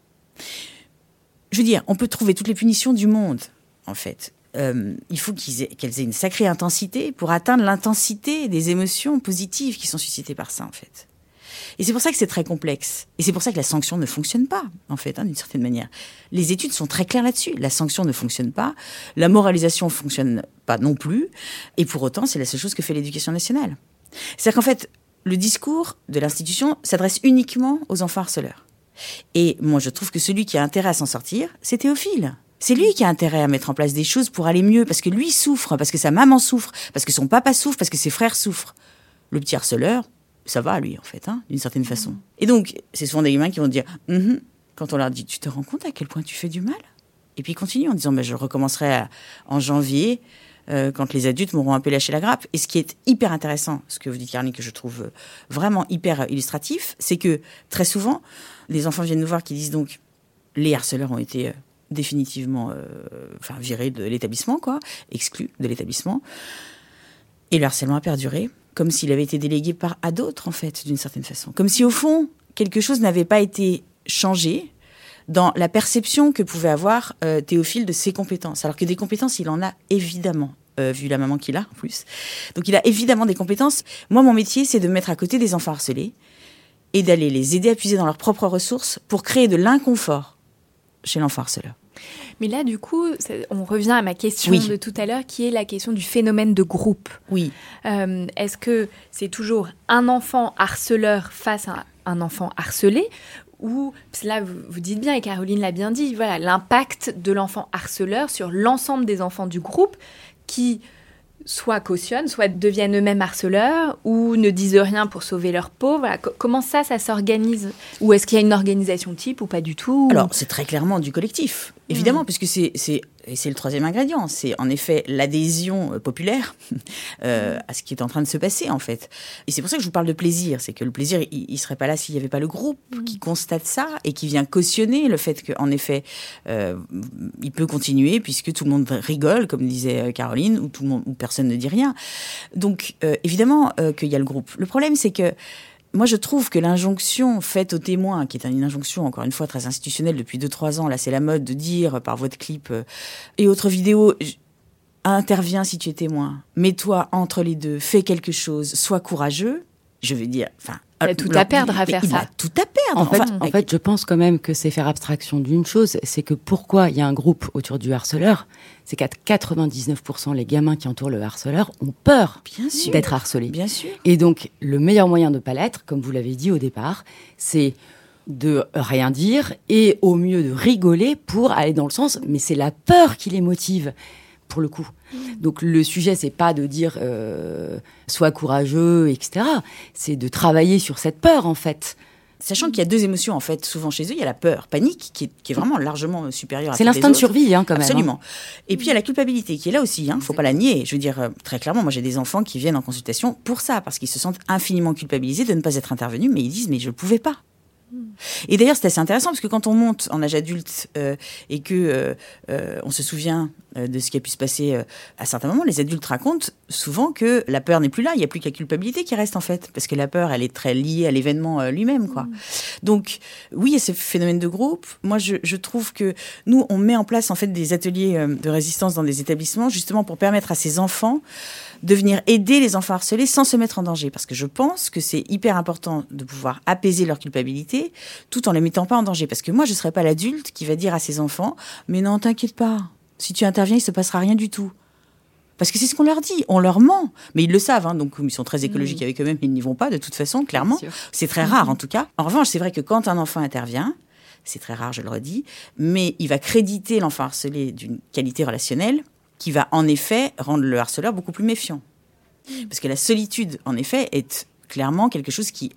Je veux dire, on peut trouver toutes les punitions du monde, en fait. Euh, il faut qu'ils aient, qu'elles aient une sacrée intensité pour atteindre l'intensité des émotions positives qui sont suscitées par ça, en fait. Et c'est pour ça que c'est très complexe. Et c'est pour ça que la sanction ne fonctionne pas, en fait, hein, d'une certaine manière. Les études sont très claires là-dessus. La sanction ne fonctionne pas. La moralisation ne fonctionne pas non plus. Et pour autant, c'est la seule chose que fait l'éducation nationale. C'est-à-dire qu'en fait, le discours de l'institution s'adresse uniquement aux enfants harceleurs. Et moi, je trouve que celui qui a intérêt à s'en sortir, c'est Théophile. C'est lui qui a intérêt à mettre en place des choses pour aller mieux, parce que lui souffre, parce que sa maman souffre, parce que son papa souffre, parce que ses frères souffrent. Le petit harceleur, ça va, lui, en fait, hein, d'une certaine façon. Et donc, c'est souvent des gamins qui vont dire mm-hmm, quand on leur dit « Tu te rends compte à quel point tu fais du mal ?» Et puis ils continuent en disant bah, « Je recommencerai à, en janvier, euh, quand les adultes m'auront un peu lâché la grappe. » Et ce qui est hyper intéressant, ce que vous dites, Caroline, que je trouve vraiment hyper illustratif, c'est que très souvent, les enfants viennent nous voir qui disent donc « Les harceleurs ont été... Euh, définitivement euh, enfin, viré de l'établissement, quoi, exclu de l'établissement. Et le harcèlement a perduré, comme s'il avait été délégué par, à d'autres, en fait, d'une certaine façon. Comme si, au fond, quelque chose n'avait pas été changé dans la perception que pouvait avoir euh, Théophile de ses compétences. Alors que des compétences, il en a évidemment, euh, vu la maman qu'il a, en plus. Donc, il a évidemment des compétences. Moi, mon métier, c'est de me mettre à côté des enfants harcelés et d'aller les aider à puiser dans leurs propres ressources pour créer de l'inconfort chez l'enfant harceleur. Mais là, du coup, on revient à ma question oui. de tout à l'heure, qui est la question du phénomène de groupe. Oui. Euh, est-ce que c'est toujours un enfant harceleur face à un enfant harcelé ? Ou, parce que là, vous, vous dites bien, et Caroline l'a bien dit, voilà, l'impact de l'enfant harceleur sur l'ensemble des enfants du groupe qui... soit cautionnent, soit deviennent eux-mêmes harceleurs, ou ne disent rien pour sauver leur peau. Voilà. C- comment ça, ça s'organise ? Ou est-ce qu'il y a une organisation type ou pas du tout ? Alors, c'est très clairement du collectif, évidemment, mmh. puisque c'est, c'est, et c'est le troisième ingrédient. C'est en effet l'adhésion populaire euh, mmh. à ce qui est en train de se passer, en fait. Et c'est pour ça que je vous parle de plaisir. C'est que le plaisir, il ne serait pas là s'il n'y avait pas le groupe mmh. qui constate ça et qui vient cautionner le fait qu'en effet, euh, il peut continuer puisque tout le monde rigole, comme disait Caroline, ou tout le monde, ou personne ne dit rien. Donc, euh, évidemment euh, qu'il y a le groupe. Le problème, c'est que moi, je trouve que l'injonction faite aux témoins, qui est une injonction, encore une fois, très institutionnelle depuis deux trois ans, là, c'est la mode de dire par voie de clip euh, et autres vidéos, interviens si tu es témoin, mets-toi entre les deux, fais quelque chose, sois courageux, je veux dire, enfin... Il a tout à perdre à faire il ça. Il a tout à perdre. En fait, enfin, en fait, je pense quand même que c'est faire abstraction d'une chose, c'est que pourquoi il y a un groupe autour du harceleur, c'est qu'à quatre-vingt-dix-neuf pour cent les gamins qui entourent le harceleur ont peur bien sûr, d'être harcelés. Bien sûr. Et donc, le meilleur moyen de ne pas l'être, comme vous l'avez dit au départ, c'est de rien dire et au mieux de rigoler pour aller dans le sens, mais c'est la peur qui les motive. Pour le coup. Donc le sujet, c'est pas de dire euh, sois courageux, et cetera. C'est de travailler sur cette peur, en fait. Sachant qu'il y a deux émotions, en fait, souvent chez eux. Il y a la peur, panique, qui est, qui est vraiment largement supérieure à c'est l'instinct de survie, hein, quand même. Absolument. Hein. Et puis il y a la culpabilité, qui est là aussi. Hein, faut pas la nier. Je veux dire, euh, très clairement, moi j'ai des enfants qui viennent en consultation pour ça, parce qu'ils se sentent infiniment culpabilisés de ne pas être intervenus, mais ils disent, mais je pouvais pas. Et d'ailleurs, c'est assez intéressant parce que quand on monte en âge adulte euh, et que euh, euh, on se souvient euh, de ce qui a pu se passer euh, à certains moments, les adultes racontent souvent que la peur n'est plus là, il n'y a plus que la culpabilité qui reste en fait, parce que la peur, elle est très liée à l'événement euh, lui-même, quoi. Mmh. Donc, oui, il y a ce phénomène de groupe. Moi, je, je trouve que nous, on met en place en fait des ateliers euh, de résistance dans des établissements, justement pour permettre à ces enfants de venir aider les enfants harcelés sans se mettre en danger. Parce que je pense que c'est hyper important de pouvoir apaiser leur culpabilité tout en les mettant pas en danger. Parce que moi, je ne serais pas l'adulte qui va dire à ses enfants « Mais non, t'inquiète pas, si tu interviens, il ne se passera rien du tout. » Parce que c'est ce qu'on leur dit, on leur ment. Mais ils le savent, hein, donc ils sont très écologiques mmh. avec eux-mêmes, ils n'y vont pas de toute façon, clairement. C'est très rare en tout cas. En revanche, c'est vrai que quand un enfant intervient, c'est très rare, je le redis, mais il va créditer l'enfant harcelé d'une qualité relationnelle qui va en effet rendre le harceleur beaucoup plus méfiant. Parce que la solitude, en effet, est clairement quelque chose qui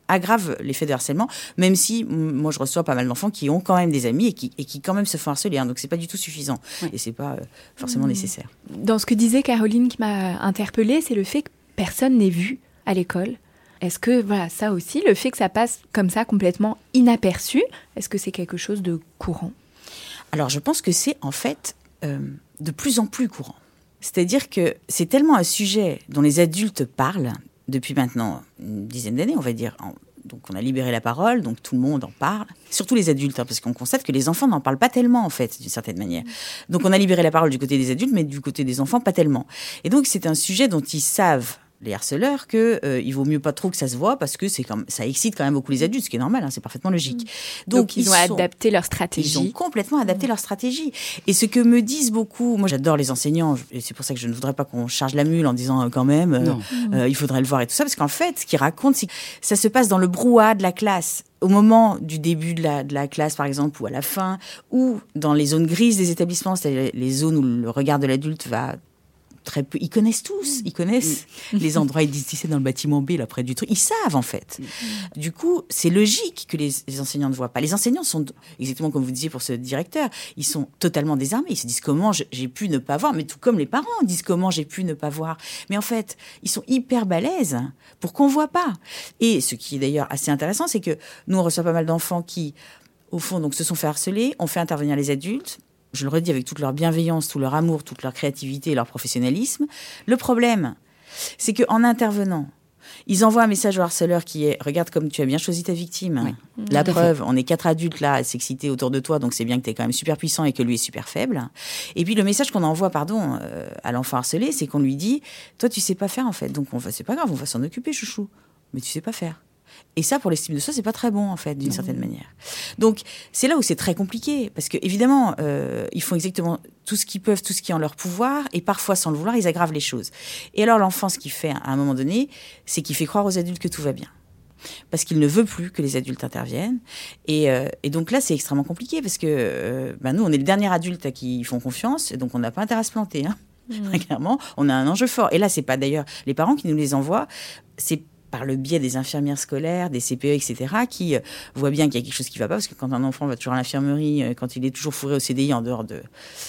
aggrave l'effet de harcèlement, même si moi je reçois pas mal d'enfants qui ont quand même des amis et qui, et qui quand même se font harceler, hein, donc c'est pas du tout suffisant oui. et c'est pas euh, forcément mmh. nécessaire. Dans ce que disait Caroline qui m'a interpellée, c'est le fait que personne n'est vu à l'école. Est-ce que voilà, ça aussi, le fait que ça passe comme ça complètement inaperçu, est-ce que c'est quelque chose de courant ? Alors je pense que c'est en fait euh, de plus en plus courant. C'est-à-dire que c'est tellement un sujet dont les adultes parlent depuis maintenant une dizaine d'années, on va dire. Donc on a libéré la parole, donc tout le monde en parle. Surtout les adultes, hein, parce qu'on constate que les enfants n'en parlent pas tellement, en fait, d'une certaine manière. Donc on a libéré la parole du côté des adultes, mais du côté des enfants, pas tellement. Et donc c'est un sujet dont ils savent, les harceleurs, qu'il euh, vaut mieux pas trop que ça se voit, parce que c'est quand même, ça excite quand même beaucoup les adultes, ce qui est normal, hein, c'est parfaitement logique. Donc, donc ils, ils ont sont, adapté leur stratégie. Ils ont complètement adapté mmh. leur stratégie. Et ce que me disent beaucoup, moi j'adore les enseignants, et c'est pour ça que je ne voudrais pas qu'on charge la mule en disant euh, quand même, euh, euh, il faudrait le voir et tout ça, parce qu'en fait, ce qu'ils racontent, c'est que ça se passe dans le brouhaha de la classe. Au moment du début de la, de la classe, par exemple, ou à la fin, ou dans les zones grises des établissements, c'est-à-dire les zones où le regard de l'adulte va très peu. Ils connaissent tous, ils connaissent mmh. les endroits, ils disent, c'est dans le bâtiment B, là, près du truc. Ils savent, en fait. Mmh. Du coup, c'est logique que les, les enseignants ne voient pas. Les enseignants sont, exactement comme vous disiez pour ce directeur, ils sont totalement désarmés. Ils se disent comment j'ai pu ne pas voir, mais tout comme les parents disent comment j'ai pu ne pas voir. Mais en fait, ils sont hyper balèzes pour qu'on ne voit pas. Et ce qui est d'ailleurs assez intéressant, c'est que nous, on reçoit pas mal d'enfants qui, au fond, donc, se sont fait harceler, on fait intervenir les adultes. Je le redis avec toute leur bienveillance, tout leur amour, toute leur créativité et leur professionnalisme. Le problème, c'est qu'en intervenant, ils envoient un message au harceleur qui est « Regarde comme tu as bien choisi ta victime. Oui. La preuve, on est quatre adultes là à s'exciter autour de toi, donc c'est bien que tu es quand même super puissant et que lui est super faible. » Et puis le message qu'on envoie pardon, euh, à l'enfant harcelé, c'est qu'on lui dit « Toi, tu sais pas faire en fait, donc on va, c'est pas grave, on va s'en occuper, chouchou. Mais tu sais pas faire. » Et ça, pour l'estime de soi, c'est pas très bon, en fait, d'une mmh. certaine manière. Donc, c'est là où c'est très compliqué. Parce que, évidemment, euh, ils font exactement tout ce qu'ils peuvent, tout ce qui est en leur pouvoir. Et parfois, sans le vouloir, ils aggravent les choses. Et alors, l'enfant, ce qu'il fait, à un moment donné, c'est qu'il fait croire aux adultes que tout va bien. Parce qu'il ne veut plus que les adultes interviennent. Et, euh, et donc là, c'est extrêmement compliqué. Parce que euh, ben nous, on est le dernier adulte à qui ils font confiance. Et donc, on n'a pas intérêt à se planter. Hein. Mmh. Clairement, on a un enjeu fort. Et là, c'est pas d'ailleurs les parents qui nous les envoient. C'est par le biais des infirmières scolaires, des C P E, et cetera, qui euh, voient bien qu'il y a quelque chose qui ne va pas, parce que quand un enfant va toujours à l'infirmerie, euh, quand il est toujours fourré au C D I, en dehors de,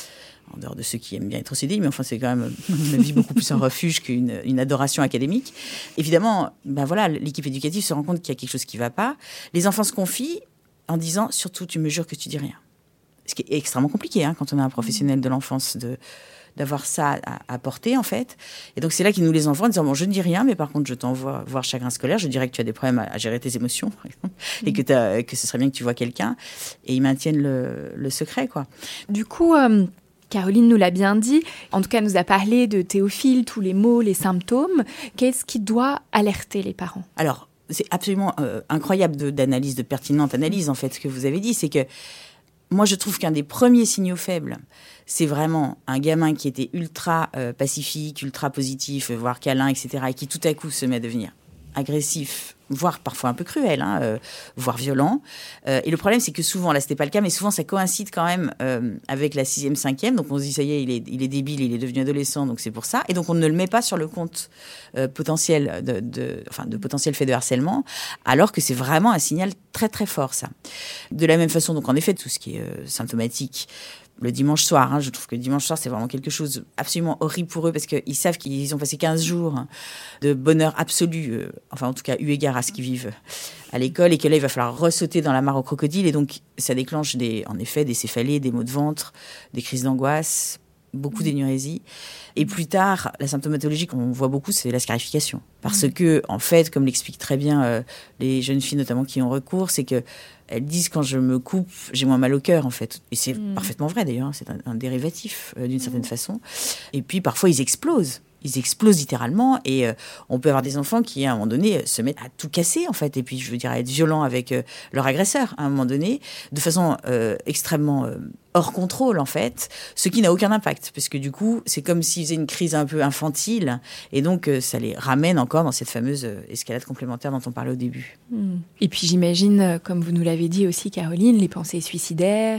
en dehors de ceux qui aiment bien être au C D I, mais enfin, c'est quand même, à mon avis, beaucoup plus un refuge qu'une une adoration académique. Évidemment, ben voilà, l'équipe éducative se rend compte qu'il y a quelque chose qui ne va pas. Les enfants se confient en disant, surtout, tu me jures que tu dis rien. Ce qui est extrêmement compliqué, hein, quand on a un professionnel de l'enfance de... d'avoir ça à, à porter, en fait. Et donc, c'est là qu'ils nous les envoient en disant, bon, je ne dis rien, mais par contre, je t'envoie voir chagrin scolaire, je dirais que tu as des problèmes à, à gérer tes émotions, par exemple, mmh. et que, t'as, que ce serait bien que tu vois quelqu'un. Et ils maintiennent le, le secret, quoi. Du coup, euh, Caroline nous l'a bien dit, en tout cas, nous a parlé de Théophile, tous les mots, les symptômes. Qu'est-ce qui doit alerter les parents ? Alors, c'est absolument euh, incroyable de, d'analyse, de pertinente analyse, en fait, ce que vous avez dit, c'est que moi, je trouve qu'un des premiers signaux faibles, c'est vraiment un gamin qui était ultra euh, pacifique, ultra positif, voire câlin, et cetera, et qui tout à coup se met à devenir agressif, voire parfois un peu cruel, hein, euh, voire violent. Euh, et le problème, c'est que souvent, là, c'était pas le cas, mais souvent, ça coïncide quand même euh, avec la sixième, cinquième. Donc, on se dit, ça y est, il est, il est débile, il est devenu adolescent, donc c'est pour ça. Et donc, on ne le met pas sur le compte euh, potentiel de, de, enfin, de potentiel fait de harcèlement, alors que c'est vraiment un signal très, très fort, ça. De la même façon, donc, en effet, tout ce qui est euh, symptomatique, le dimanche soir, hein, je trouve que le dimanche soir, c'est vraiment quelque chose absolument horrible pour eux parce qu'ils savent qu'ils ont passé quinze jours de bonheur absolu, euh, enfin en tout cas eu égard à ce qu'ils vivent à l'école, et que là, il va falloir ressauter dans la mare au crocodile, et donc ça déclenche des, en effet des céphalées, des maux de ventre, des crises d'angoisse, beaucoup d'énurésie. Et plus tard, la symptomatologie qu'on voit beaucoup, c'est la scarification. Parce mmh. que, en fait, comme l'expliquent très bien euh, les jeunes filles notamment qui ont recours, c'est que elles disent quand je me coupe, j'ai moins mal au cœur, en fait. Et c'est mmh. parfaitement vrai, d'ailleurs. C'est un, un dérivatif, euh, d'une mmh. certaine façon. Et puis, parfois, ils explosent. Ils explosent littéralement. Et euh, on peut avoir des enfants qui, à un moment donné, se mettent à tout casser, en fait. Et puis, je veux dire, à être violents avec euh, leur agresseur, à un moment donné, de façon euh, extrêmement euh, hors contrôle, en fait. Ce qui n'a aucun impact. Parce que, du coup, c'est comme s'ils faisaient une crise un peu infantile. Et donc, euh, ça les ramène encore dans cette fameuse euh, escalade complémentaire dont on parlait au début. Mmh. Et puis, j'imagine, comme vous nous l'avez dit aussi, Caroline, les pensées suicidaires,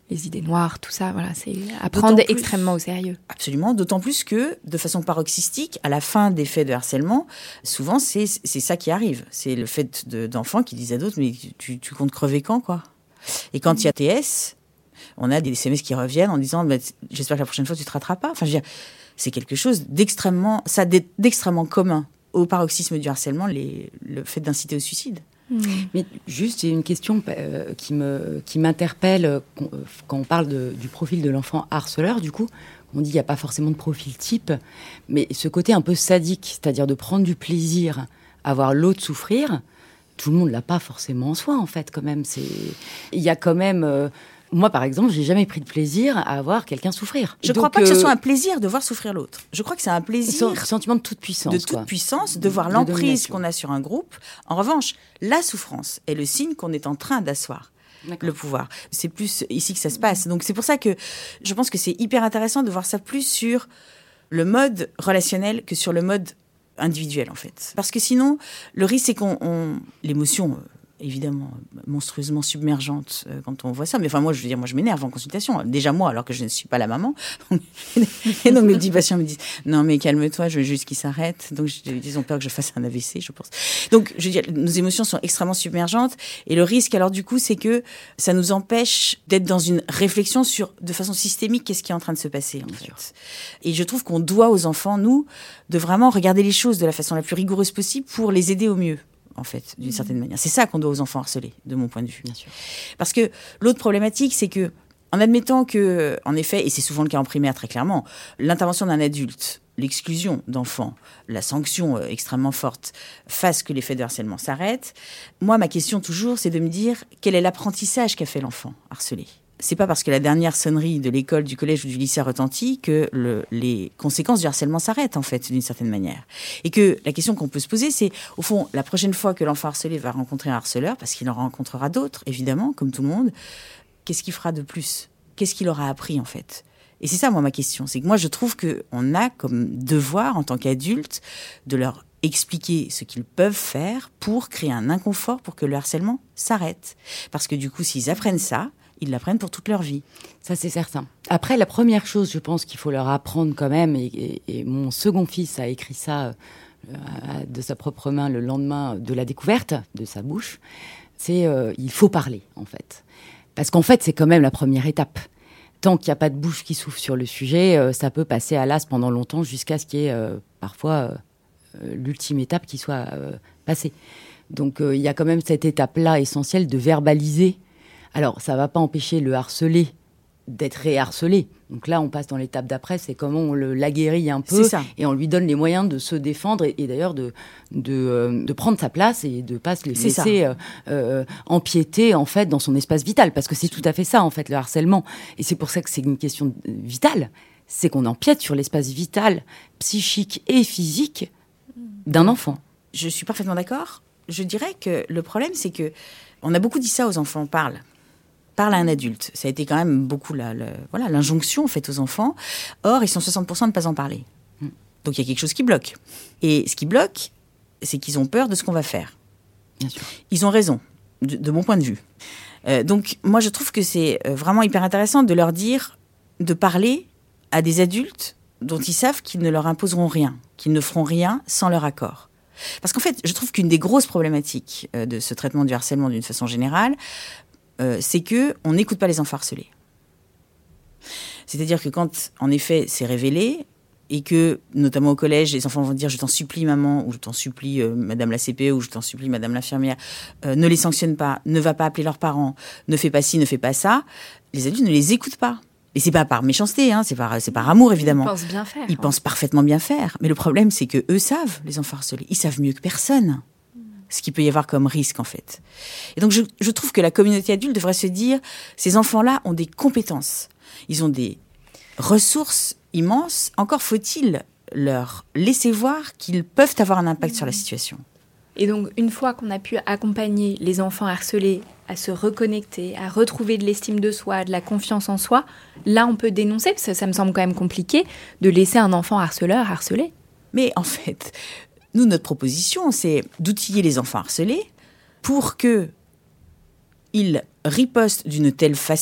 les idées noires, tout ça, voilà, c'est à prendre plus, extrêmement au sérieux. Absolument, d'autant plus que, de façon paroxystique, à la fin des faits de harcèlement, souvent, c'est, c'est ça qui arrive. C'est le fait de, d'enfants qui disent à d'autres, mais tu, tu comptes crever quand, quoi ? Et quand il y a T S, on a des S M S qui reviennent en disant bah, « j'espère que la prochaine fois, tu te rateras pas ». Enfin, je veux dire, c'est quelque chose d'extrêmement, ça, d'extrêmement commun au paroxysme du harcèlement, les, le fait d'inciter au suicide. Mmh. Mais juste, j'ai une question euh, qui, me, qui m'interpelle euh, quand on parle de, du profil de l'enfant harceleur. Du coup, on dit qu'il n'y a pas forcément de profil type, mais ce côté un peu sadique, c'est-à-dire de prendre du plaisir à voir l'autre souffrir, tout le monde ne l'a pas forcément en soi, en fait, quand même. C'est... Il y a quand même... Euh, Moi, par exemple, j'ai jamais pris de plaisir à voir quelqu'un souffrir. Je ne crois pas euh, que ce soit un plaisir de voir souffrir l'autre. Je crois que c'est un plaisir... Un sentiment de toute puissance. De toute quoi. puissance, de voir de l'emprise domination. Qu'on a sur un groupe. En revanche, la souffrance est le signe qu'on est en train d'asseoir D'accord. le pouvoir. C'est plus ici que ça se passe. Donc, c'est pour ça que je pense que c'est hyper intéressant de voir ça plus sur le mode relationnel que sur le mode individuel, en fait. Parce que sinon, le risque, c'est qu'on... On... L'émotion... évidemment monstrueusement submergente euh, quand on voit ça. Mais enfin, moi, je veux dire, moi, je m'énerve en consultation. Déjà, moi, alors que je ne suis pas la maman. Et donc, les petits patients me disent, non, mais calme-toi, je veux juste qu'ils s'arrêtent. Donc, ils ont peur que je fasse un A V C, je pense. Donc, je veux dire, nos émotions sont extrêmement submergentes. Et le risque, alors, du coup, c'est que ça nous empêche d'être dans une réflexion sur, de façon systémique, qu'est-ce qui est en train de se passer, en fait. Et je trouve qu'on doit aux enfants, nous, de vraiment regarder les choses de la façon la plus rigoureuse possible pour les aider au mieux. En fait, d'une mmh. certaine manière. C'est ça qu'on doit aux enfants harcelés, de mon point de vue. Bien sûr. Parce que l'autre problématique, c'est que, en admettant que, en effet, et c'est souvent le cas en primaire très clairement, l'intervention d'un adulte, l'exclusion d'enfants, la sanction euh, extrêmement forte, fasse que les faits de harcèlement s'arrêtent, moi, ma question toujours, c'est de me dire quel est l'apprentissage qu'a fait l'enfant harcelé. C'est pas parce que la dernière sonnerie de l'école, du collège ou du lycée a retenti que le, les conséquences du harcèlement s'arrêtent, en fait, d'une certaine manière. Et que la question qu'on peut se poser, c'est, au fond, la prochaine fois que l'enfant harcelé va rencontrer un harceleur, parce qu'il en rencontrera d'autres, évidemment, comme tout le monde, qu'est-ce qu'il fera de plus ? Qu'est-ce qu'il aura appris, en fait ? Et c'est ça, moi, ma question. C'est que moi, je trouve qu'on a comme devoir, en tant qu'adulte, de leur expliquer ce qu'ils peuvent faire pour créer un inconfort, pour que le harcèlement s'arrête. Parce que du coup, s'ils apprennent ça, ils l'apprennent pour toute leur vie. Ça, c'est certain. Après, la première chose, je pense qu'il faut leur apprendre quand même, et, et, et mon second fils a écrit ça euh, de sa propre main le lendemain de la découverte de sa bouche, c'est euh, il faut parler, en fait. Parce qu'en fait, c'est quand même la première étape. Tant qu'il n'y a pas de bouche qui souffle sur le sujet, euh, ça peut passer à l'as pendant longtemps jusqu'à ce qu'il y ait euh, parfois euh, l'ultime étape qui soit euh, passée. Donc, il euh, y a quand même cette étape-là essentielle de verbaliser. Alors, ça ne va pas empêcher le harcelé d'être réharcelé. Donc là, on passe dans l'étape d'après, c'est comment on le, l'aguerrit un peu et on lui donne les moyens de se défendre et, et d'ailleurs de, de, euh, de prendre sa place et de ne pas se laisser euh, euh, empiéter en fait, dans son espace vital. Parce que c'est tout à fait ça, en fait, le harcèlement. Et c'est pour ça que c'est une question vitale. C'est qu'on empiète sur l'espace vital, psychique et physique d'un enfant. Je suis parfaitement d'accord. Je dirais que le problème, c'est que on a beaucoup dit ça aux enfants, on parle. Parle à un adulte. Ça a été quand même beaucoup la, la, voilà, l'injonction faite aux enfants. Or, ils sont soixante pour cent de ne pas en parler. Mm. Donc, il y a quelque chose qui bloque. Et ce qui bloque, c'est qu'ils ont peur de ce qu'on va faire. Bien sûr. Ils ont raison, de, de mon point de vue. Euh, donc, moi, je trouve que c'est vraiment hyper intéressant de leur dire, de parler à des adultes dont ils savent qu'ils ne leur imposeront rien, qu'ils ne feront rien sans leur accord. Parce qu'en fait, je trouve qu'une des grosses problématiques de ce traitement du harcèlement d'une façon générale, Euh, c'est qu'on n'écoute pas les enfants harcelés. C'est-à-dire que quand, en effet, c'est révélé, et que, notamment au collège, les enfants vont dire « je t'en supplie, maman » ou « je t'en supplie, euh, madame la C P E » ou « je t'en supplie, madame l'infirmière euh, », ne les sanctionne pas, ne va pas appeler leurs parents, ne fais pas ci, ne fais pas ça, les adultes ne les écoutent pas. Et c'est pas par méchanceté, hein, c'est par, c'est par amour, évidemment. Ils pensent bien faire. Ils hein. pensent parfaitement bien faire. Mais le problème, c'est qu'eux savent, les enfants harcelés. Ils savent mieux que personne ce qu'il peut y avoir comme risque, en fait. Et donc, je, je trouve que la communauté adulte devrait se dire, ces enfants-là ont des compétences. Ils ont des ressources immenses. Encore faut-il leur laisser voir qu'ils peuvent avoir un impact sur la situation. Et donc, une fois qu'on a pu accompagner les enfants harcelés à se reconnecter, à retrouver de l'estime de soi, de la confiance en soi, là, on peut dénoncer, parce que ça me semble quand même compliqué, de laisser un enfant harceleur harceler. Mais en fait... Nous, notre proposition, c'est d'outiller les enfants harcelés pour qu'ils ripostent d'une telle façon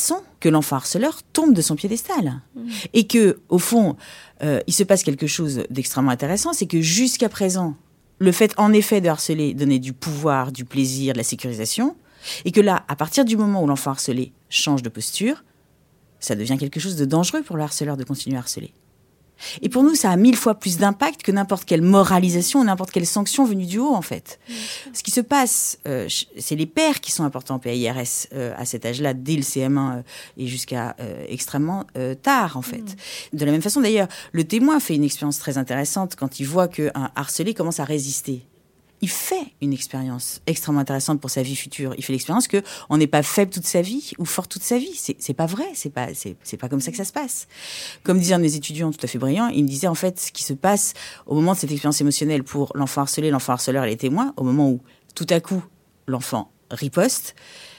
que l'enfant harceleur tombe de son piédestal. Mmh. Et que, au fond, euh, il se passe quelque chose d'extrêmement intéressant, c'est que jusqu'à présent, le fait, en effet, de harceler donnait du pouvoir, du plaisir, de la sécurisation, et que là, à partir du moment où l'enfant harcelé change de posture, ça devient quelque chose de dangereux pour le harceleur de continuer à harceler. Et pour nous, ça a mille fois plus d'impact que n'importe quelle moralisation ou n'importe quelle sanction venue du haut, en fait. Mmh. Ce qui se passe, euh, c'est les pères qui sont importants en P A I R S euh, à cet âge-là, dès le C M un euh, et jusqu'à euh, extrêmement euh, tard, en fait. Mmh. De la même façon, d'ailleurs, le témoin fait une expérience très intéressante quand il voit qu'un harcelé commence à résister. Il fait une expérience extrêmement intéressante pour sa vie future. Il fait l'expérience que on n'est pas faible toute sa vie ou fort toute sa vie. C'est, c'est pas vrai. C'est pas, c'est, c'est pas comme ça que ça se passe. Comme disait un de mes étudiants tout à fait brillant, il me disait en fait ce qui se passe au moment de cette expérience émotionnelle pour l'enfant harcelé, l'enfant harceleur et les témoins, au moment où tout à coup l'enfant riposte,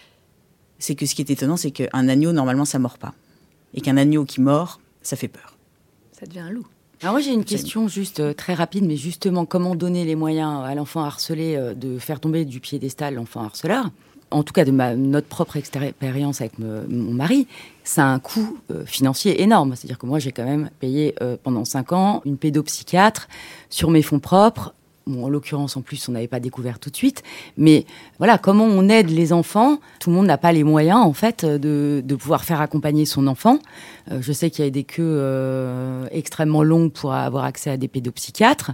c'est que ce qui est étonnant, c'est qu'un agneau normalement ça mord pas, et qu'un agneau qui mord, ça fait peur. Ça devient un loup. Alors moi j'ai une question juste euh, très rapide, mais justement comment donner les moyens à l'enfant harcelé euh, de faire tomber du piédestal l'enfant harceleur. En tout cas de ma, notre propre expérience avec me, mon mari, ça a un coût euh, financier énorme. C'est-à-dire que moi j'ai quand même payé euh, pendant cinq ans une pédopsychiatre sur mes fonds propres. Bon, en l'occurrence, en plus, on n'avait pas découvert tout de suite. Mais voilà, comment on aide les enfants ? Tout le monde n'a pas les moyens, en fait, de, de pouvoir faire accompagner son enfant. Euh, je sais qu'il y a des queues euh, extrêmement longues pour avoir accès à des pédopsychiatres.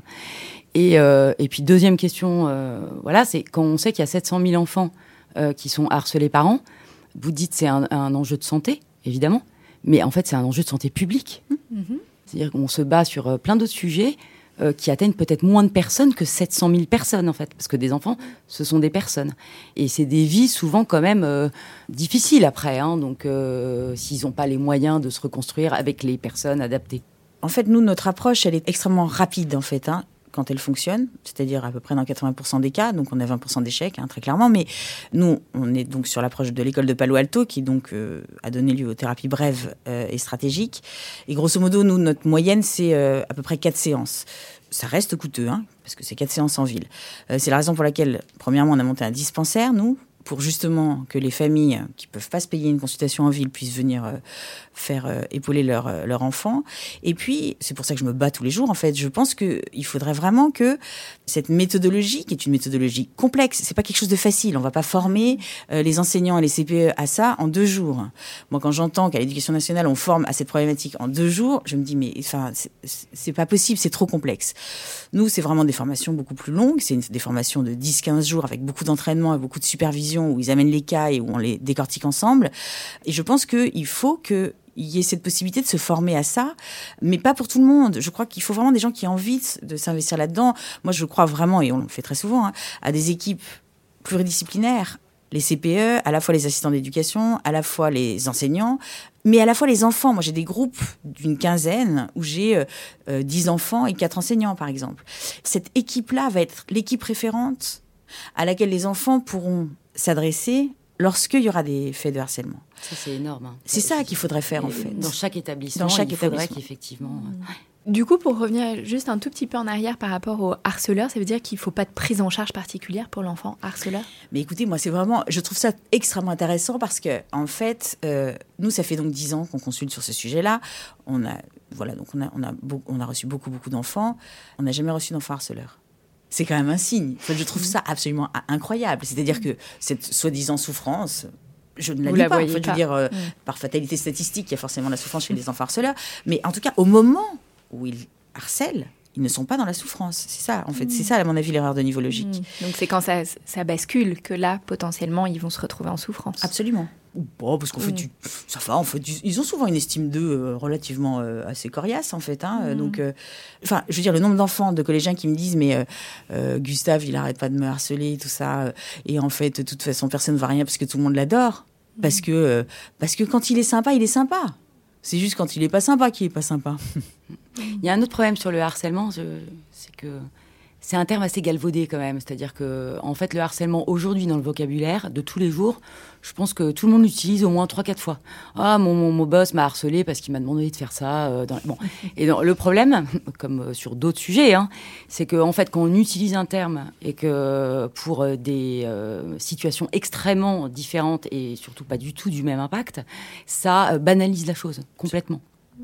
Et, euh, et puis, deuxième question, euh, voilà, c'est quand on sait qu'il y a sept cent mille enfants euh, qui sont harcelés par an, vous dites que c'est un, un enjeu de santé, évidemment, mais en fait, c'est un enjeu de santé publique. Mmh. C'est-à-dire qu'on se bat sur euh, plein d'autres sujets Euh, qui atteignent peut-être moins de personnes que sept cent mille personnes, en fait. Parce que des enfants, ce sont des personnes. Et c'est des vies souvent quand même euh, difficiles après. Hein, donc, euh, s'ils n'ont pas les moyens de se reconstruire avec les personnes adaptées. En fait, nous, notre approche, elle est extrêmement rapide, en fait, hein, quand elle fonctionne. C'est-à-dire à peu près dans quatre-vingts pour cent des cas. Donc, on a vingt pour cent d'échecs, hein, très clairement. Mais nous, on est donc sur l'approche de l'école de Palo Alto, qui donc euh, a donné lieu aux thérapies brèves euh, et stratégiques. Et grosso modo, nous, notre moyenne, c'est euh, à peu près quatre séances. Ça reste coûteux, hein, parce que c'est quatre séances en ville. Euh, c'est la raison pour laquelle, premièrement, on a monté un dispensaire, nous, pour justement que les familles qui ne peuvent pas se payer une consultation en ville puissent venir euh, faire euh, épauler leur, euh, leur enfant. Et puis, c'est pour ça que je me bats tous les jours, en fait. Je pense qu'il faudrait vraiment que cette méthodologie, qui est une méthodologie complexe, c'est pas quelque chose de facile. On ne va pas former euh, les enseignants et les C P E à ça en deux jours. Moi, quand j'entends qu'à l'Éducation nationale, on forme à cette problématique en deux jours, je me dis, mais enfin, c'est, c'est pas possible, c'est trop complexe. Nous, c'est vraiment des formations beaucoup plus longues. C'est une, des formations de dix à quinze jours avec beaucoup d'entraînement et beaucoup de supervision où ils amènent les cas et où on les décortique ensemble. Et je pense qu'il faut qu'il y ait cette possibilité de se former à ça, mais pas pour tout le monde. Je crois qu'il faut vraiment des gens qui aient envie de s'investir là-dedans. Moi, je crois vraiment, et on le fait très souvent, hein, à des équipes pluridisciplinaires. Les C P E, à la fois les assistants d'éducation, à la fois les enseignants, mais à la fois les enfants. Moi, j'ai des groupes d'une quinzaine où j'ai euh, dix enfants et quatre enseignants, par exemple. Cette équipe-là va être l'équipe référente à laquelle les enfants pourront s'adresser lorsqu'il y aura des faits de harcèlement. Ça, c'est énorme. Hein. C'est ça qu'il faudrait faire, en fait. Dans chaque établissement, Dans chaque il faudrait établissement. qu'effectivement... Mmh. Du coup, pour revenir juste un tout petit peu en arrière par rapport au harceleur, ça veut dire qu'il ne faut pas de prise en charge particulière pour l'enfant harceleur ? Mais écoutez, moi, c'est vraiment... Je trouve ça extrêmement intéressant parce que, en fait, euh, nous, ça fait donc dix ans qu'on consulte sur ce sujet-là. On a, voilà, donc on a, on a, beau, on a reçu beaucoup, beaucoup d'enfants. On n'a jamais reçu d'enfant harceleur. C'est quand même un signe. Enfin, je trouve ça absolument incroyable. C'est-à-dire que cette soi-disant souffrance... Je ne la lis pas. En fait, je veux dire, euh, mmh. par fatalité statistique, il y a forcément la souffrance chez les enfants harceleurs. Mais en tout cas, au moment où ils harcèlent, ils ne sont pas dans la souffrance. C'est ça, en fait. Mmh. C'est ça, à mon avis, l'erreur de niveau logique. Mmh. Donc, c'est quand ça, ça bascule que là, potentiellement, ils vont se retrouver en souffrance. Absolument. Bon, parce qu'en mmh. fait, tu, ça va, en fait, ils ont souvent une estime d'eux euh, relativement euh, assez coriace, en fait. Hein, mmh. Donc, euh, enfin, je veux dire, le nombre d'enfants, de collégiens qui me disent, mais euh, euh, Gustave, il arrête pas de me harceler, tout ça. Euh, et en fait, de toute façon, personne ne va rien parce que tout le monde l'adore. Mmh. Parce que, euh, parce que quand il est sympa, il est sympa. C'est juste quand il est pas sympa qu'il est pas sympa. Il y a un autre problème sur le harcèlement, je, c'est que C'est un terme assez galvaudé quand même, c'est-à-dire que en fait le harcèlement aujourd'hui dans le vocabulaire de tous les jours, je pense que tout le monde l'utilise au moins trois quatre fois. Ah mon, mon, mon boss m'a harcelé parce qu'il m'a demandé de faire ça. Euh, dans... Bon. Et dans, le problème, comme sur d'autres sujets, hein, c'est que en fait quand on utilise un terme et que pour des euh, situations extrêmement différentes et surtout pas du tout du même impact, ça euh, banalise la chose complètement.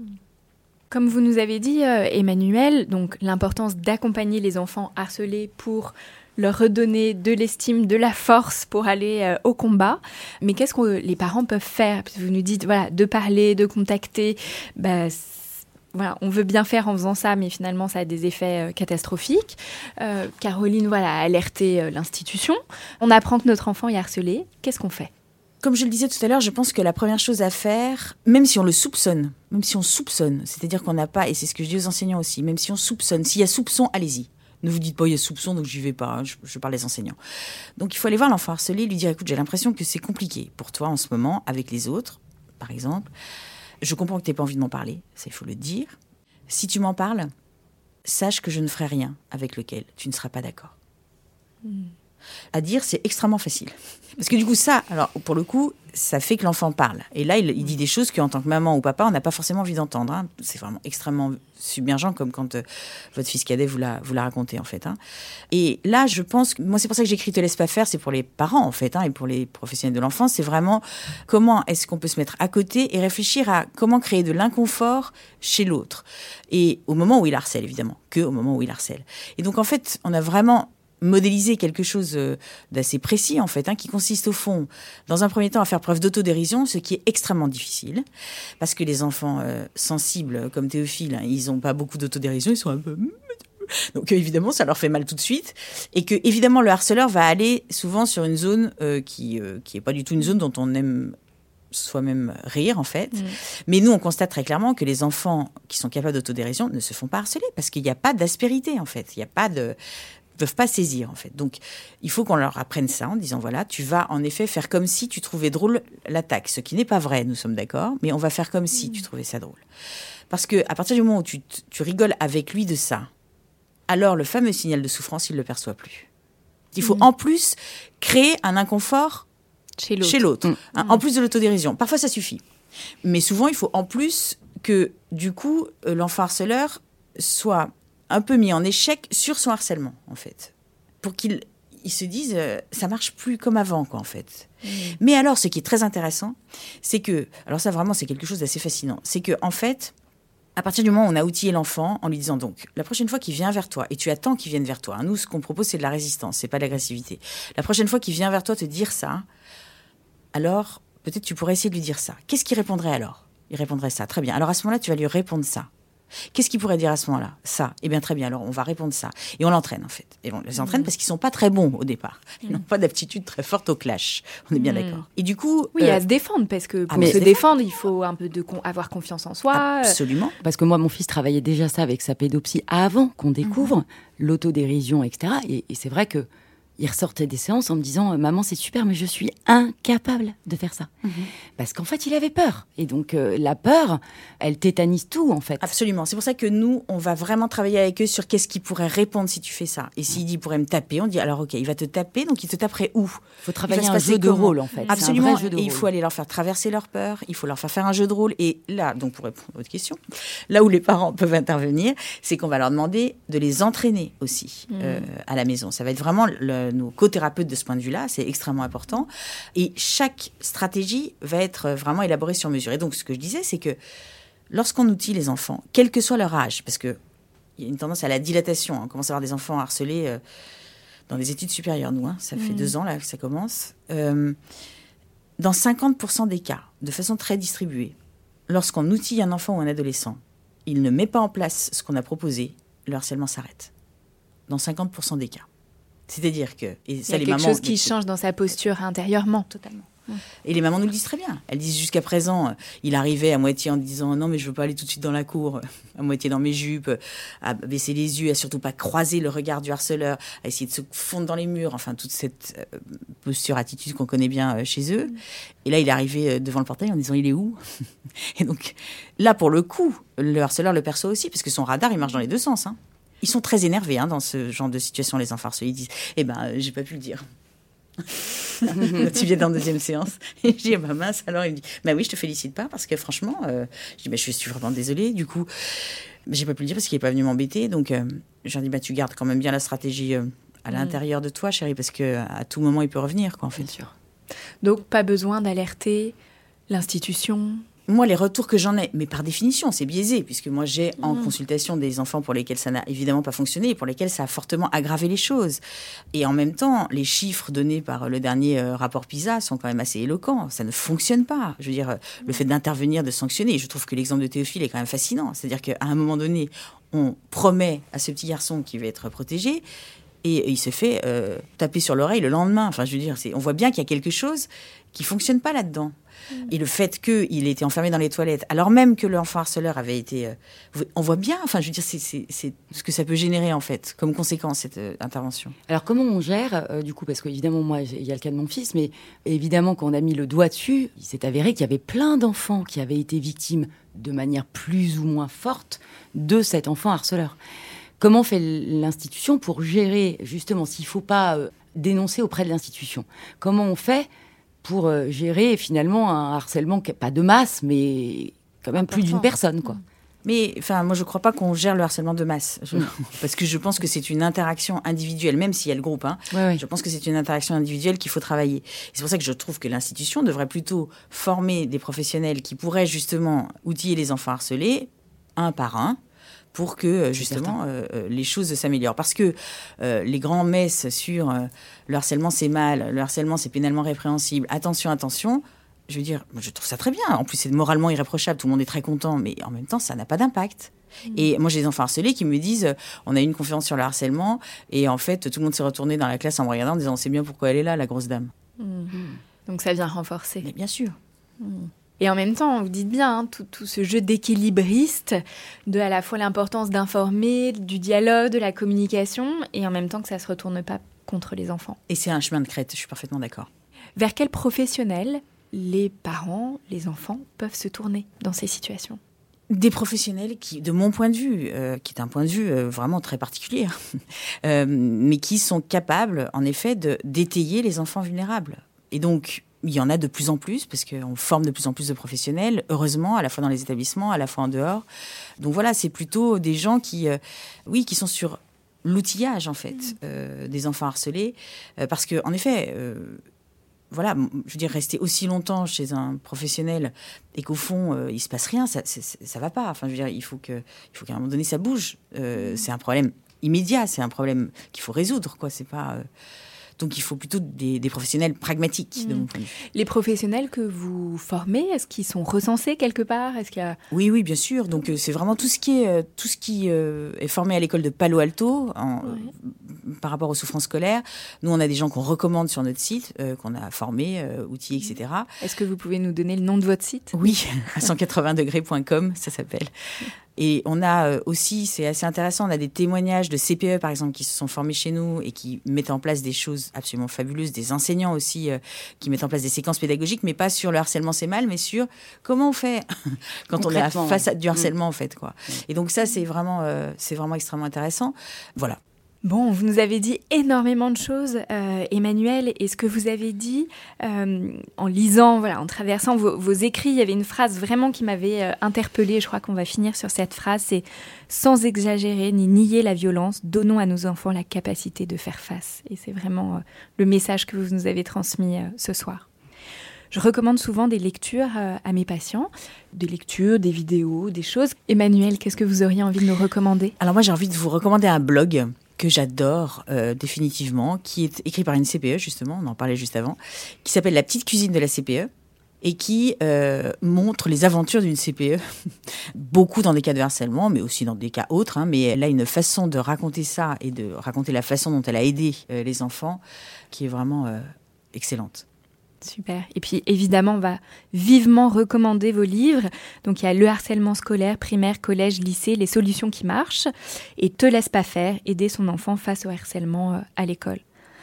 Comme vous nous avez dit, euh, Emmanuel, donc l'importance d'accompagner les enfants harcelés pour leur redonner de l'estime, de la force pour aller euh, au combat. Mais qu'est-ce que les parents peuvent faire ? Parce que vous nous dites, voilà, de parler, de contacter. Bah, voilà, on veut bien faire en faisant ça, mais finalement, ça a des effets euh, catastrophiques. Euh, Caroline, voilà, a alerté euh, l'institution. On apprend que notre enfant est harcelé. Qu'est-ce qu'on fait ? Comme je le disais tout à l'heure, je pense que la première chose à faire, même si on le soupçonne, même si on soupçonne, c'est-à-dire qu'on n'a pas, et c'est ce que je dis aux enseignants aussi, même si on soupçonne, s'il y a soupçon, allez-y. Ne vous dites pas, il y a soupçon, donc j'y vais pas, hein, je, je parle des enseignants. Donc il faut aller voir l'enfant harcelé, lui dire, écoute, j'ai l'impression que c'est compliqué pour toi en ce moment, avec les autres, par exemple. Je comprends que tu n'aies pas envie de m'en parler, ça il faut le dire. Si tu m'en parles, sache que je ne ferai rien avec lequel tu ne seras pas d'accord. Mmh. À dire, c'est extrêmement facile. Parce que du coup, ça, alors pour le coup, ça fait que l'enfant parle. Et là, il, il dit des choses qu'en tant que maman ou papa, on n'a pas forcément envie d'entendre. Hein. C'est vraiment extrêmement submergent, comme quand euh, votre fils cadet vous l'a, vous l'a raconté, en fait. Hein. Et là, je pense que, moi, c'est pour ça que j'écris « Te laisse pas faire », c'est pour les parents, en fait, hein, et pour les professionnels de l'enfance. C'est vraiment comment est-ce qu'on peut se mettre à côté et réfléchir à comment créer de l'inconfort chez l'autre. Et au moment où il harcèle, évidemment, que au moment où il harcèle. Et donc, en fait, on a vraiment modéliser quelque chose d'assez précis, en fait, hein, qui consiste au fond, dans un premier temps, à faire preuve d'autodérision, ce qui est extrêmement difficile, parce que les enfants euh, sensibles, comme Théophile, hein, ils n'ont pas beaucoup d'autodérision, ils sont un peu... Donc euh, évidemment, ça leur fait mal tout de suite, et que évidemment le harceleur va aller souvent sur une zone euh, qui euh, qui est pas du tout une zone dont on aime soi-même rire, en fait. Mmh. Mais nous, on constate très clairement que les enfants qui sont capables d'autodérision ne se font pas harceler, parce qu'il n'y a pas d'aspérité, en fait. Il n'y a pas de... Ils ne peuvent pas saisir, en fait. Donc, il faut qu'on leur apprenne ça en disant, voilà, tu vas en effet faire comme si tu trouvais drôle l'attaque, ce qui n'est pas vrai, nous sommes d'accord, mais on va faire comme si tu trouvais ça drôle. Parce qu'à partir du moment où tu, tu rigoles avec lui de ça, alors le fameux signal de souffrance, il ne le perçoit plus. Il faut mmh. en plus créer un inconfort chez l'autre, chez l'autre mmh. hein, en plus de l'autodérision. Parfois, ça suffit. Mais souvent, il faut en plus que, du coup, l'enfant harceleur soit un peu mis en échec sur son harcèlement, en fait. Pour qu'il il se dise, euh, ça marche plus comme avant, quoi, en fait. Mmh. Mais alors, ce qui est très intéressant, c'est que, alors ça, vraiment, c'est quelque chose d'assez fascinant, c'est que, en fait, à partir du moment où on a outillé l'enfant en lui disant, donc, la prochaine fois qu'il vient vers toi, et tu attends qu'il vienne vers toi, hein, nous, ce qu'on propose, c'est de la résistance, c'est pas de l'agressivité. La prochaine fois qu'il vient vers toi te dire ça, alors, peut-être tu pourrais essayer de lui dire ça. Qu'est-ce qu'il répondrait alors ? Il répondrait ça. Très bien. Alors, à ce moment-là, tu vas lui répondre ça. Qu'est-ce qu'il pourrait dire à ce moment-là ? Ça. Eh bien, très bien. Alors, on va répondre ça. Et on l'entraîne, en fait. Et on les entraîne mmh. parce qu'ils sont pas très bons au départ. Ils mmh. n'ont pas d'aptitude très forte au clash. On est bien mmh. d'accord. Et du coup... Oui, euh... à se défendre, parce que pour ah, se défendre, il faut un peu de con- avoir confiance en soi. Absolument. Parce que moi, mon fils travaillait déjà ça avec sa pédopsie avant qu'on découvre mmh. l'autodérision, et cetera. Et, et c'est vrai que il ressortait des séances en me disant « Maman, c'est super, mais je suis incapable de faire ça. Mmh. » Parce qu'en fait, il avait peur. Et donc, euh, la peur, elle tétanise tout, en fait. Absolument. C'est pour ça que nous, on va vraiment travailler avec eux sur qu'est-ce qu'ils pourraient répondre si tu fais ça. Et s'il dit « Il pourrait me taper », on dit « Alors, OK, il va te taper, donc il te taperait où ?» Il faut travailler un jeu de comment rôle, en fait. Absolument. Un vrai jeu de et rôle. Il faut aller leur faire traverser leur peur. Il faut leur faire faire un jeu de rôle. Et là, donc pour répondre à votre question, là où les parents peuvent intervenir, c'est qu'on va leur demander de les entraîner aussi mmh. euh, à la maison. Ça va être vraiment le, nos co-thérapeutes de ce point de vue-là, c'est extrêmement important. Et chaque stratégie va être vraiment élaborée sur mesure. Et donc, ce que je disais, c'est que lorsqu'on outille les enfants, quel que soit leur âge, parce qu'il y a une tendance à la dilatation, on commence à avoir des enfants harcelés euh, dans les études supérieures, nous, hein, ça fait mmh. deux ans là, que ça commence. Euh, dans cinquante pour cent des cas, de façon très distribuée, lorsqu'on outille un enfant ou un adolescent, il ne met pas en place ce qu'on a proposé, le harcèlement s'arrête. Dans cinquante pour cent des cas. C'est-à-dire que... Et ça, il y a les quelque mamans, chose qui change dans sa posture intérieurement. Totalement. Et les mamans nous le disent très bien. Elles disent jusqu'à présent, euh, il arrivait à moitié en disant « Non, mais je veux pas aller tout de suite dans la cour, à moitié dans mes jupes, à baisser les yeux, à surtout pas croiser le regard du harceleur, à essayer de se fondre dans les murs. » Enfin, toute cette euh, posture, attitude qu'on connaît bien euh, chez eux. Mmh. Et là, il est arrivé euh, devant le portail en disant « Il est où ?» Et donc, là, pour le coup, le harceleur le perçoit aussi, parce que son radar, il marche dans les deux sens. Hein. ils sont très énervés hein, dans ce genre de situation, les enfants harcelés. Ils disent « Eh ben, euh, j'ai pas pu le dire. » Tu viens dans la deuxième séance. Et je dis, bah mince, alors il me dit, bah oui, je te félicite pas parce que franchement, euh, je dis, bah je suis vraiment désolée. Du coup, bah, j'ai pas pu le dire parce qu'il est pas venu m'embêter. Donc, euh, je leur dis, bah tu gardes quand même bien la stratégie euh, à mmh. l'intérieur de toi, chérie, parce que à tout moment, il peut revenir, quoi, en fait. Bien sûr. Donc, pas besoin d'alerter l'institution. Moi, les retours que j'en ai, mais par définition, c'est biaisé, puisque moi, j'ai en mmh. consultation des enfants pour lesquels ça n'a évidemment pas fonctionné et pour lesquels ça a fortement aggravé les choses. Et en même temps, les chiffres donnés par le dernier euh, rapport PISA sont quand même assez éloquents. Ça ne fonctionne pas. Je veux dire, mmh. le fait d'intervenir, de sanctionner, je trouve que l'exemple de Théophile est quand même fascinant. C'est-à-dire qu'à un moment donné, on promet à ce petit garçon qu'il va être protégé et il se fait euh, taper sur l'oreille le lendemain. Enfin, je veux dire, c'est, on voit bien qu'il y a quelque chose qui ne fonctionne pas là-dedans. Et le fait qu'il ait été enfermé dans les toilettes, alors même que l'enfant harceleur avait été... Euh, on voit bien, enfin, je veux dire, c'est, c'est, c'est ce que ça peut générer, en fait, comme conséquence, cette euh, intervention. Alors, comment on gère, euh, du coup, parce qu'évidemment, moi, il y a le cas de mon fils, mais évidemment, quand on a mis le doigt dessus, il s'est avéré qu'il y avait plein d'enfants qui avaient été victimes, de manière plus ou moins forte, de cet enfant harceleur. Comment fait l'institution pour gérer, justement, s'il ne faut pas euh, dénoncer auprès de l'institution ? Comment on fait pour euh, gérer finalement un harcèlement, pas de masse, mais quand même plus d'une personne, quoi. Mais enfin, moi, je ne crois pas qu'on gère le harcèlement de masse. Je... Parce que je pense que c'est une interaction individuelle, même s'il y a le groupe. Hein, ouais, ouais. Je pense que c'est une interaction individuelle qu'il faut travailler. Et c'est pour ça que je trouve que l'institution devrait plutôt former des professionnels qui pourraient justement outiller les enfants harcelés, un par un, pour que, justement, euh, les choses s'améliorent. Parce que euh, les grands messes sur euh, le harcèlement, c'est mal, le harcèlement, c'est pénalement répréhensible, attention, attention, je veux dire, je trouve ça très bien. En plus, c'est moralement irréprochable, tout le monde est très content, mais en même temps, ça n'a pas d'impact. Mmh. Et moi, j'ai des enfants harcelés qui me disent, on a eu une conférence sur le harcèlement, et en fait, tout le monde s'est retourné dans la classe en me regardant, en disant, on sait bien pourquoi elle est là, la grosse dame. Mmh. Donc ça vient renforcer. Mais bien sûr. Mmh. Et en même temps, vous dites bien, hein, tout, tout ce jeu d'équilibriste, de à la fois l'importance d'informer, du dialogue, de la communication, et en même temps que ça ne se retourne pas contre les enfants. Et c'est un chemin de crête, je suis parfaitement d'accord. Vers quel professionnel les parents, les enfants peuvent se tourner dans ces situations ? Des professionnels qui, de mon point de vue, euh, qui est un point de vue euh, vraiment très particulier, euh, mais qui sont capables, en effet, de, d'étayer les enfants vulnérables. Et donc, il y en a de plus en plus, parce qu'on forme de plus en plus de professionnels, heureusement, à la fois dans les établissements, à la fois en dehors. Donc voilà, c'est plutôt des gens qui, euh, oui, qui sont sur l'outillage, en fait, mmh. euh, des enfants harcelés. Euh, parce qu'en effet, euh, voilà, je veux dire, rester aussi longtemps chez un professionnel et qu'au fond, euh, il ne se passe rien, ça ne va pas. Enfin, je veux dire, il faut, que, il faut qu'à un moment donné, ça bouge. Euh, mmh. C'est un problème immédiat, c'est un problème qu'il faut résoudre, quoi. C'est pas... Euh, Donc, il faut plutôt des, des professionnels pragmatiques, mmh. de mon point de vue. Les professionnels que vous formez, est-ce qu'ils sont recensés quelque part ? Est-ce qu'il y a... Oui, oui, bien sûr. Donc, euh, c'est vraiment tout ce qui est, euh, tout ce qui, euh, est formé à l'école de Palo Alto en, ouais. euh, par rapport aux souffrances scolaires. Nous, on a des gens qu'on recommande sur notre site, euh, qu'on a formés, euh, outillés, et cetera. Est-ce que vous pouvez nous donner le nom de votre site ? Oui, à cent quatre-vingts degrés point com, ça s'appelle. Et on a aussi, c'est assez intéressant, on a des témoignages de C P E, par exemple, qui se sont formés chez nous et qui mettent en place des choses absolument fabuleuses, des enseignants aussi euh, qui mettent en place des séquences pédagogiques, mais pas sur le harcèlement, c'est mal, mais sur comment on fait quand on est face à du harcèlement, mmh. en fait, quoi. Et donc ça, c'est vraiment, euh, c'est vraiment extrêmement intéressant. Voilà. Bon, vous nous avez dit énormément de choses, euh, Emmanuelle, et ce que vous avez dit, euh, en lisant, voilà, en traversant vos, vos écrits, il y avait une phrase vraiment qui m'avait euh, interpellée, je crois qu'on va finir sur cette phrase, c'est « Sans exagérer ni nier la violence, donnons à nos enfants la capacité de faire face ». Et c'est vraiment euh, le message que vous nous avez transmis euh, ce soir. Je recommande souvent des lectures euh, à mes patients, des lectures, des vidéos, des choses. Emmanuelle, qu'est-ce que vous auriez envie de nous recommander ? Alors moi, j'ai envie de vous recommander un blog que j'adore euh, définitivement, qui est écrit par une C P E, justement, on en parlait juste avant, qui s'appelle La petite cuisine de la C P E, et qui euh, montre les aventures d'une C P E, beaucoup dans des cas de harcèlement, mais aussi dans des cas autres, hein, mais elle a une façon de raconter ça, et de raconter la façon dont elle a aidé euh, les enfants, qui est vraiment euh, excellente. Super. Et puis, évidemment, on va vivement recommander vos livres. Donc, il y a Le harcèlement scolaire, primaire, collège, lycée, les solutions qui marchent. Et Te laisse pas faire, aider son enfant face au harcèlement à l'école.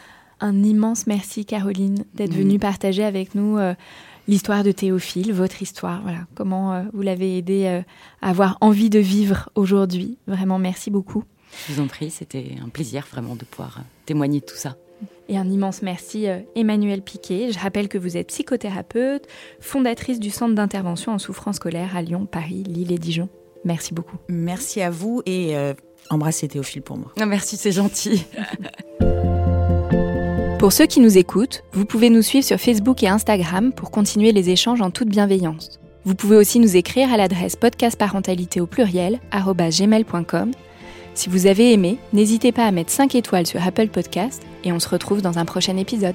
Un immense merci, Caroline, d'être mmh. venue partager avec nous euh, l'histoire de Théophile, votre histoire. Voilà, comment euh, vous l'avez aidé euh, à avoir envie de vivre aujourd'hui. Vraiment, merci beaucoup. Je vous en prie, c'était un plaisir vraiment de pouvoir témoigner de tout ça. Et un immense merci euh, Emmanuelle Piquet. Je rappelle que vous êtes psychothérapeute, fondatrice du centre d'intervention en souffrance scolaire à Lyon, Paris, Lille et Dijon. Merci beaucoup. Merci à vous et euh, embrassez Théophile pour moi. Oh, merci, c'est gentil. Pour ceux qui nous écoutent, vous pouvez nous suivre sur Facebook et Instagram pour continuer les échanges en toute bienveillance. Vous pouvez aussi nous écrire à l'adresse podcastparentalité au pluriel arobase gmail point com. Si vous avez aimé, n'hésitez pas à mettre cinq étoiles sur Apple Podcast et on se retrouve dans un prochain épisode.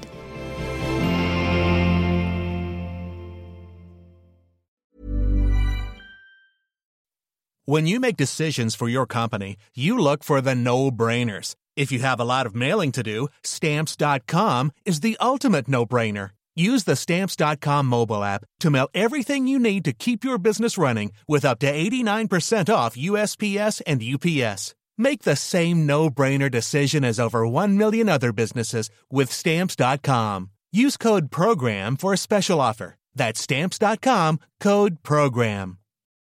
When you make decisions for your company, you look for the no-brainers. If you have a lot of mailing to do, Stamps dot com is the ultimate no-brainer. Use the Stamps dot com mobile app to mail everything you need to keep your business running with up to eighty-nine percent off U S P S and U P S. Make the same no-brainer decision as over one million other businesses with Stamps dot com. Use code PROGRAM for a special offer. That's Stamps dot com, code PROGRAM.